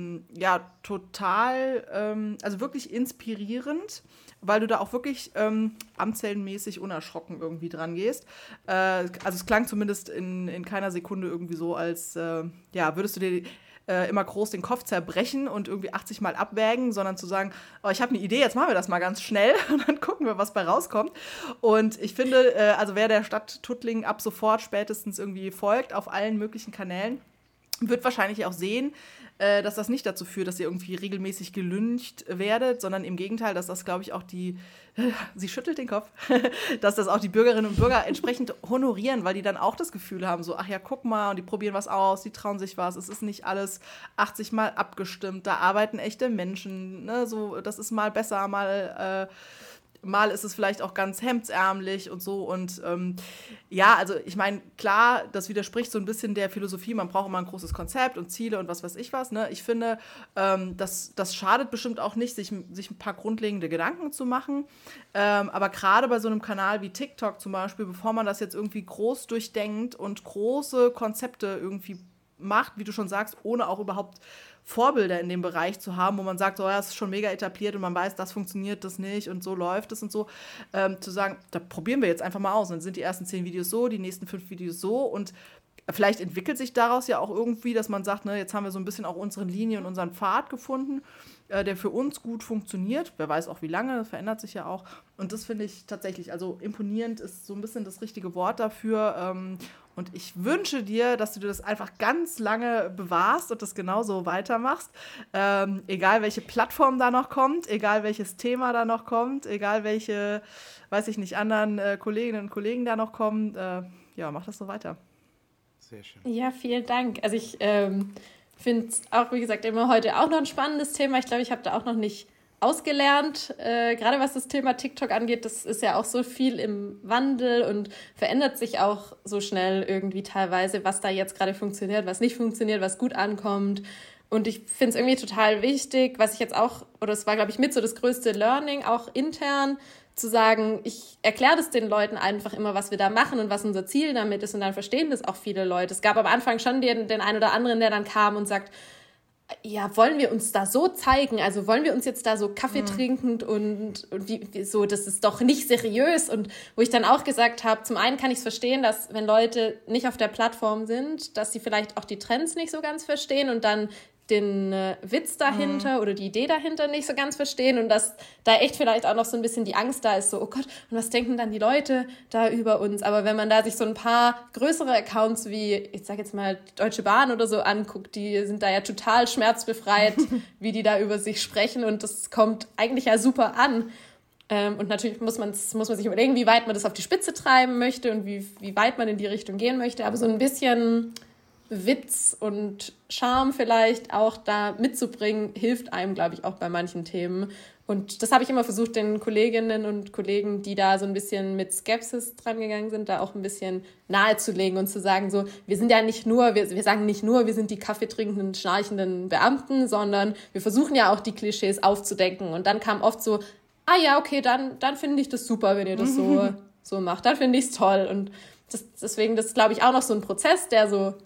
Speaker 1: total, also wirklich inspirierend, weil du da auch wirklich amtzellenmäßig unerschrocken irgendwie dran gehst. Also es klang zumindest in keiner Sekunde irgendwie so, als würdest du dir immer groß den Kopf zerbrechen und irgendwie 80 Mal abwägen, sondern zu sagen, ich habe eine Idee, jetzt machen wir das mal ganz schnell und dann gucken wir, was bei rauskommt. Und ich finde, also wer der Stadt Tuttling ab sofort spätestens irgendwie folgt auf allen möglichen Kanälen, wird wahrscheinlich auch sehen, dass das nicht dazu führt, dass ihr irgendwie regelmäßig gelyncht werdet, sondern im Gegenteil, dass das, glaube ich, auch sie schüttelt den Kopf, dass das auch die Bürgerinnen und Bürger entsprechend honorieren, weil die dann auch das Gefühl haben, so, ach ja, guck mal, und die probieren was aus, die trauen sich was, es ist nicht alles 80 Mal abgestimmt, da arbeiten echte Menschen, ne, so, das ist mal besser, mal ist es vielleicht auch ganz hemdsärmlich und so. Und also ich meine, klar, das widerspricht so ein bisschen der Philosophie, man braucht immer ein großes Konzept und Ziele und was weiß ich was. Ne? Ich finde, das schadet bestimmt auch nicht, sich ein paar grundlegende Gedanken zu machen. Aber gerade bei so einem Kanal wie TikTok zum Beispiel, bevor man das jetzt irgendwie groß durchdenkt und große Konzepte irgendwie macht, wie du schon sagst, ohne auch überhaupt Vorbilder in dem Bereich zu haben, wo man sagt, so, ja, es ist schon mega etabliert und man weiß, das funktioniert, das nicht und so läuft es und so, zu sagen, da probieren wir jetzt einfach mal aus. Dann sind die ersten 10 Videos so, die nächsten 5 Videos so und vielleicht entwickelt sich daraus ja auch irgendwie, dass man sagt, ne, jetzt haben wir so ein bisschen auch unsere Linie und unseren Pfad gefunden der für uns gut funktioniert. Wer weiß auch wie lange, das verändert sich ja auch. Und das finde ich tatsächlich, also imponierend ist so ein bisschen das richtige Wort dafür. Und ich wünsche dir, dass du dir das einfach ganz lange bewahrst und das genauso weitermachst. Egal welche Plattform da noch kommt, egal welches Thema da noch kommt, egal welche, weiß ich nicht, anderen Kolleginnen und Kollegen da noch kommen. Ja, mach das so weiter.
Speaker 2: Sehr schön.
Speaker 3: Ja, vielen Dank. Also ich finde es auch, wie gesagt, immer heute auch noch ein spannendes Thema. Ich glaube, ich habe da auch noch nicht ausgelernt. Gerade was das Thema TikTok angeht, das ist ja auch so viel im Wandel und verändert sich auch so schnell irgendwie teilweise, was da jetzt gerade funktioniert, was nicht funktioniert, was gut ankommt. Und ich finde es irgendwie total wichtig, was ich jetzt auch, oder es war, glaube ich, mit so das größte Learning, auch intern, zu sagen, ich erkläre das den Leuten einfach immer, was wir da machen und was unser Ziel damit ist und dann verstehen das auch viele Leute. Es gab am Anfang schon den einen oder anderen, der dann kam und sagt, ja, wollen wir uns da so zeigen? Also wollen wir uns jetzt da so Kaffee trinkend und wie so, das ist doch nicht seriös. Und wo ich dann auch gesagt habe, zum einen kann ich es verstehen, dass wenn Leute nicht auf der Plattform sind, dass sie vielleicht auch die Trends nicht so ganz verstehen und dann den Witz dahinter oder die Idee dahinter nicht so ganz verstehen und dass da echt vielleicht auch noch so ein bisschen die Angst da ist, so, oh Gott, und was denken dann die Leute da über uns? Aber wenn man da sich so ein paar größere Accounts wie, ich sag jetzt mal, Deutsche Bahn oder so anguckt, die sind da ja total schmerzbefreit, wie die da über sich sprechen und das kommt eigentlich ja super an. Und natürlich muss man sich überlegen, wie weit man das auf die Spitze treiben möchte und wie weit man in die Richtung gehen möchte, aber so ein bisschen Witz und Charme vielleicht auch da mitzubringen, hilft einem, glaube ich, auch bei manchen Themen. Und das habe ich immer versucht, den Kolleginnen und Kollegen, die da so ein bisschen mit Skepsis dran gegangen sind, da auch ein bisschen nahezulegen und zu sagen, so, wir sind ja nicht nur, wir sagen nicht nur, wir sind die kaffeetrinkenden, schnarchenden Beamten, sondern wir versuchen ja auch die Klischees aufzudecken. Und dann kam oft so, ah ja, okay, dann finde ich das super, wenn ihr das so macht. Dann finde ich es toll. Und deswegen, das ist, glaube ich, auch noch so ein Prozess, der so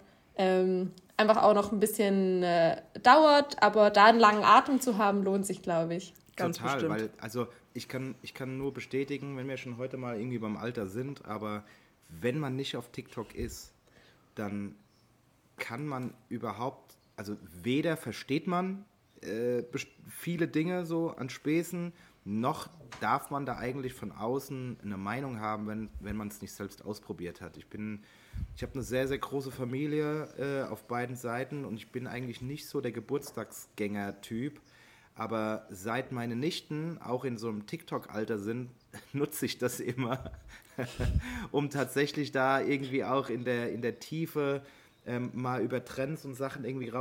Speaker 3: einfach auch noch ein bisschen dauert, aber da einen langen Atem zu haben, lohnt sich, glaube ich.
Speaker 1: Ganz
Speaker 2: total,
Speaker 1: bestimmt.
Speaker 2: weil, also ich kann nur bestätigen, wenn wir schon heute mal irgendwie beim Alter sind, aber wenn man nicht auf TikTok ist, dann kann man überhaupt, also weder versteht man viele Dinge so an Späßen, noch darf man da eigentlich von außen eine Meinung haben, wenn man es nicht selbst ausprobiert hat. Ich habe eine sehr, sehr große Familie auf beiden Seiten und ich bin eigentlich nicht so der Geburtstagsgänger-Typ, aber seit meine Nichten auch in so einem TikTok-Alter sind, nutze ich das immer, um tatsächlich da irgendwie auch in der Tiefe mal über Trends und Sachen irgendwie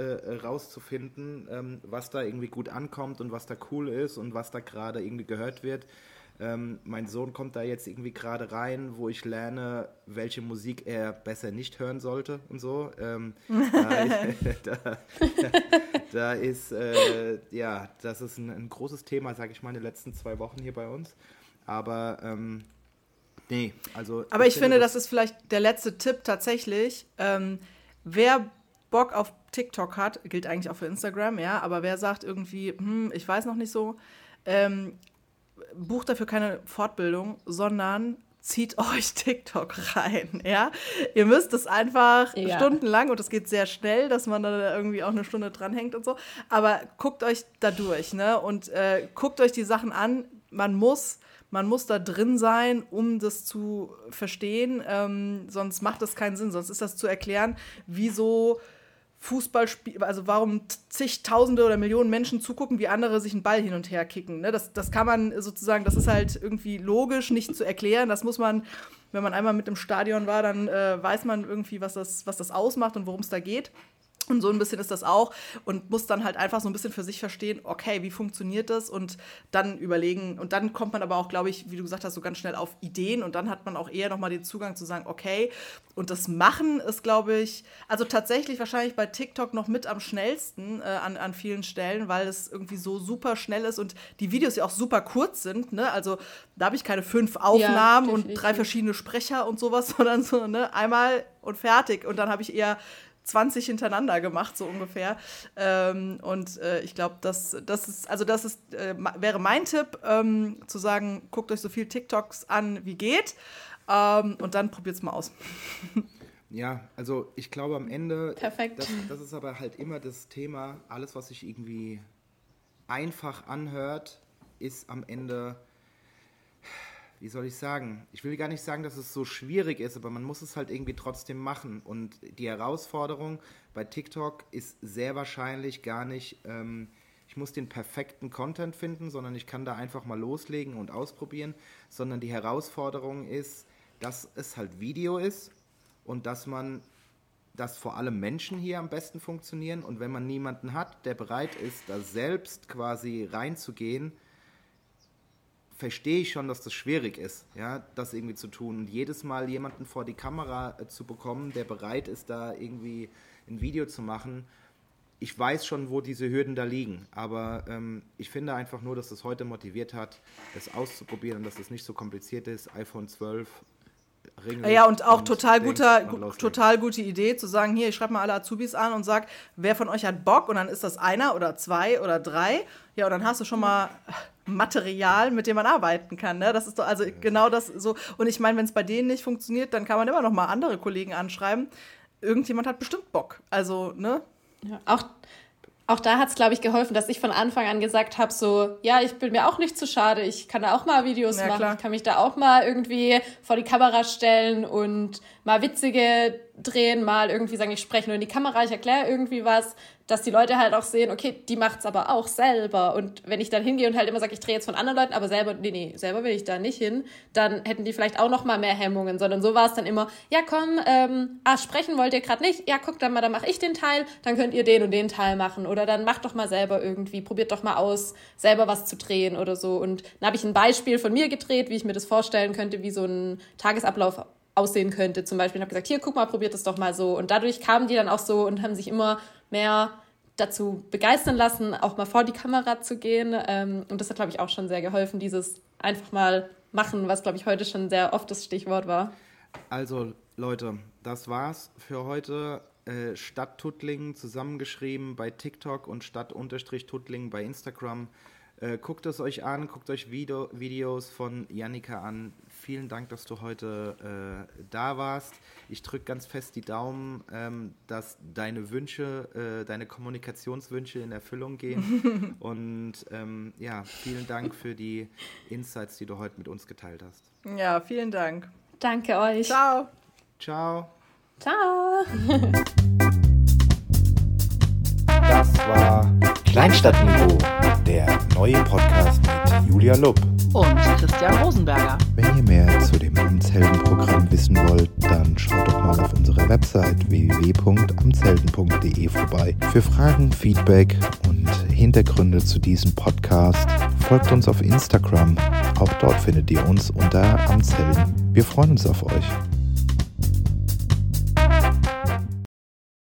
Speaker 2: rauszufinden, was da irgendwie gut ankommt und was da cool ist und was da gerade irgendwie gehört wird. Mein Sohn kommt da jetzt irgendwie gerade rein, wo ich lerne, welche Musik er besser nicht hören sollte und so. Da ist, ja, das ist ein großes Thema, sage ich mal, in den letzten 2 Wochen hier bei uns. Aber nee, also.
Speaker 1: Aber ich finde, das ist vielleicht der letzte Tipp tatsächlich. Wer Bock auf TikTok hat, gilt eigentlich auch für Instagram, ja, aber wer sagt irgendwie, ich weiß noch nicht so, bucht dafür keine Fortbildung, sondern zieht euch TikTok rein, ja. Ihr müsst es einfach stundenlang, und das geht sehr schnell, dass man da irgendwie auch eine Stunde dranhängt und so, aber guckt euch da durch, ne, und guckt euch die Sachen an. Man muss da drin sein, um das zu verstehen, sonst macht das keinen Sinn, sonst ist das zu erklären, wieso Fußballspiel, also warum zigtausende oder Millionen Menschen zugucken, wie andere sich einen Ball hin und her kicken. Ne? Das kann man sozusagen, das ist halt irgendwie logisch nicht zu erklären. Das muss man, wenn man einmal mit im Stadion war, dann weiß man irgendwie, was das ausmacht und worum es da geht. Und so ein bisschen ist das auch und muss dann halt einfach so ein bisschen für sich verstehen, okay, wie funktioniert das und dann überlegen. Und dann kommt man aber auch, glaube ich, wie du gesagt hast, so ganz schnell auf Ideen und dann hat man auch eher nochmal den Zugang zu sagen, okay, und das Machen ist, glaube ich, also tatsächlich wahrscheinlich bei TikTok noch mit am schnellsten an vielen Stellen, weil es irgendwie so super schnell ist und die Videos ja auch super kurz sind, ne? Also da habe ich keine 5 Aufnahmen und 3 verschiedene Sprecher und sowas, sondern so, ne, einmal und fertig. Und dann habe ich eher 20 hintereinander gemacht, so ungefähr. Ich glaube, das wäre mein Tipp, zu sagen, guckt euch so viel TikToks an, wie geht, und dann probiert es mal aus.
Speaker 2: Ja, also ich glaube am Ende,
Speaker 3: Perfekt.
Speaker 2: Das ist aber halt immer das Thema, alles, was sich irgendwie einfach anhört, ist am Ende, wie soll ich sagen, ich will gar nicht sagen, dass es so schwierig ist, aber man muss es halt irgendwie trotzdem machen. Und die Herausforderung bei TikTok ist sehr wahrscheinlich gar nicht, ich muss den perfekten Content finden, sondern ich kann da einfach mal loslegen und ausprobieren, sondern die Herausforderung ist, dass es halt Video ist und dass vor allem Menschen hier am besten funktionieren, und wenn man niemanden hat, der bereit ist, da selbst quasi reinzugehen, verstehe ich schon, dass das schwierig ist, ja, das irgendwie zu tun. Und jedes Mal jemanden vor die Kamera zu bekommen, der bereit ist, da irgendwie ein Video zu machen, ich weiß schon, wo diese Hürden da liegen, aber ich finde einfach nur, dass es heute motiviert hat, es auszuprobieren und dass es nicht so kompliziert ist. iPhone 12,
Speaker 1: Ja, und auch total gute Idee, zu sagen, hier, ich schreibe mal alle Azubis an und sag, wer von euch hat Bock? Und dann ist das einer oder zwei oder drei. Ja, und dann hast du schon mal Material, mit dem man arbeiten kann. Ne? Das ist doch also genau das so. Und ich meine, wenn es bei denen nicht funktioniert, dann kann man immer noch mal andere Kollegen anschreiben. Irgendjemand hat bestimmt Bock. Also, ne?
Speaker 3: Ja, auch da hat es, glaube ich, geholfen, dass ich von Anfang an gesagt habe, so, ja, ich bin mir auch nicht zu schade, ich kann da auch mal Videos machen, klar. Ich kann mich da auch mal irgendwie vor die Kamera stellen und mal witzige drehen, mal irgendwie sagen, ich spreche nur in die Kamera, ich erkläre irgendwie was, dass die Leute halt auch sehen, okay, die macht's aber auch selber. Und wenn ich dann hingehe und halt immer sage, ich drehe jetzt von anderen Leuten, aber selber will ich da nicht hin, dann hätten die vielleicht auch noch mal mehr Hemmungen, sondern so war es dann immer, ja komm, sprechen wollt ihr gerade nicht, ja guck dann mal, dann mache ich den Teil, dann könnt ihr den und den Teil machen oder dann macht doch mal selber irgendwie, probiert doch mal aus, selber was zu drehen oder so. Und dann habe ich ein Beispiel von mir gedreht, wie ich mir das vorstellen könnte, wie so ein Tagesablauf aussehen könnte zum Beispiel. Ich habe gesagt, hier, guck mal, probiert das doch mal so. Und dadurch kamen die dann auch so und haben sich immer mehr dazu begeistern lassen, auch mal vor die Kamera zu gehen. Und das hat, glaube ich, auch schon sehr geholfen, dieses einfach mal machen, was, glaube ich, heute schon sehr oft das Stichwort war.
Speaker 2: Also, Leute, das war's für heute. Stadt Tuttlingen zusammengeschrieben bei TikTok und Stadt-Tuttlingen bei Instagram. Guckt es euch an, guckt euch Videos von Jannika an. Vielen Dank, dass du heute da warst. Ich drücke ganz fest die Daumen, dass deine Wünsche, deine Kommunikationswünsche in Erfüllung gehen. Und vielen Dank für die Insights, die du heute mit uns geteilt hast.
Speaker 1: Ja, vielen Dank.
Speaker 3: Danke euch.
Speaker 1: Ciao.
Speaker 2: Ciao.
Speaker 3: Ciao.
Speaker 4: Das war Kleinstadtniveau, der neue Podcast mit Julia Lupp
Speaker 1: und Christian Rosenberger.
Speaker 4: Wenn ihr mehr zu dem Amtshelden-Programm wissen wollt, dann schaut doch mal auf unserer Website www.amtshelden.de vorbei. Für Fragen, Feedback und Hintergründe zu diesem Podcast folgt uns auf Instagram. Auch dort findet ihr uns unter Amtshelden. Wir freuen uns auf euch.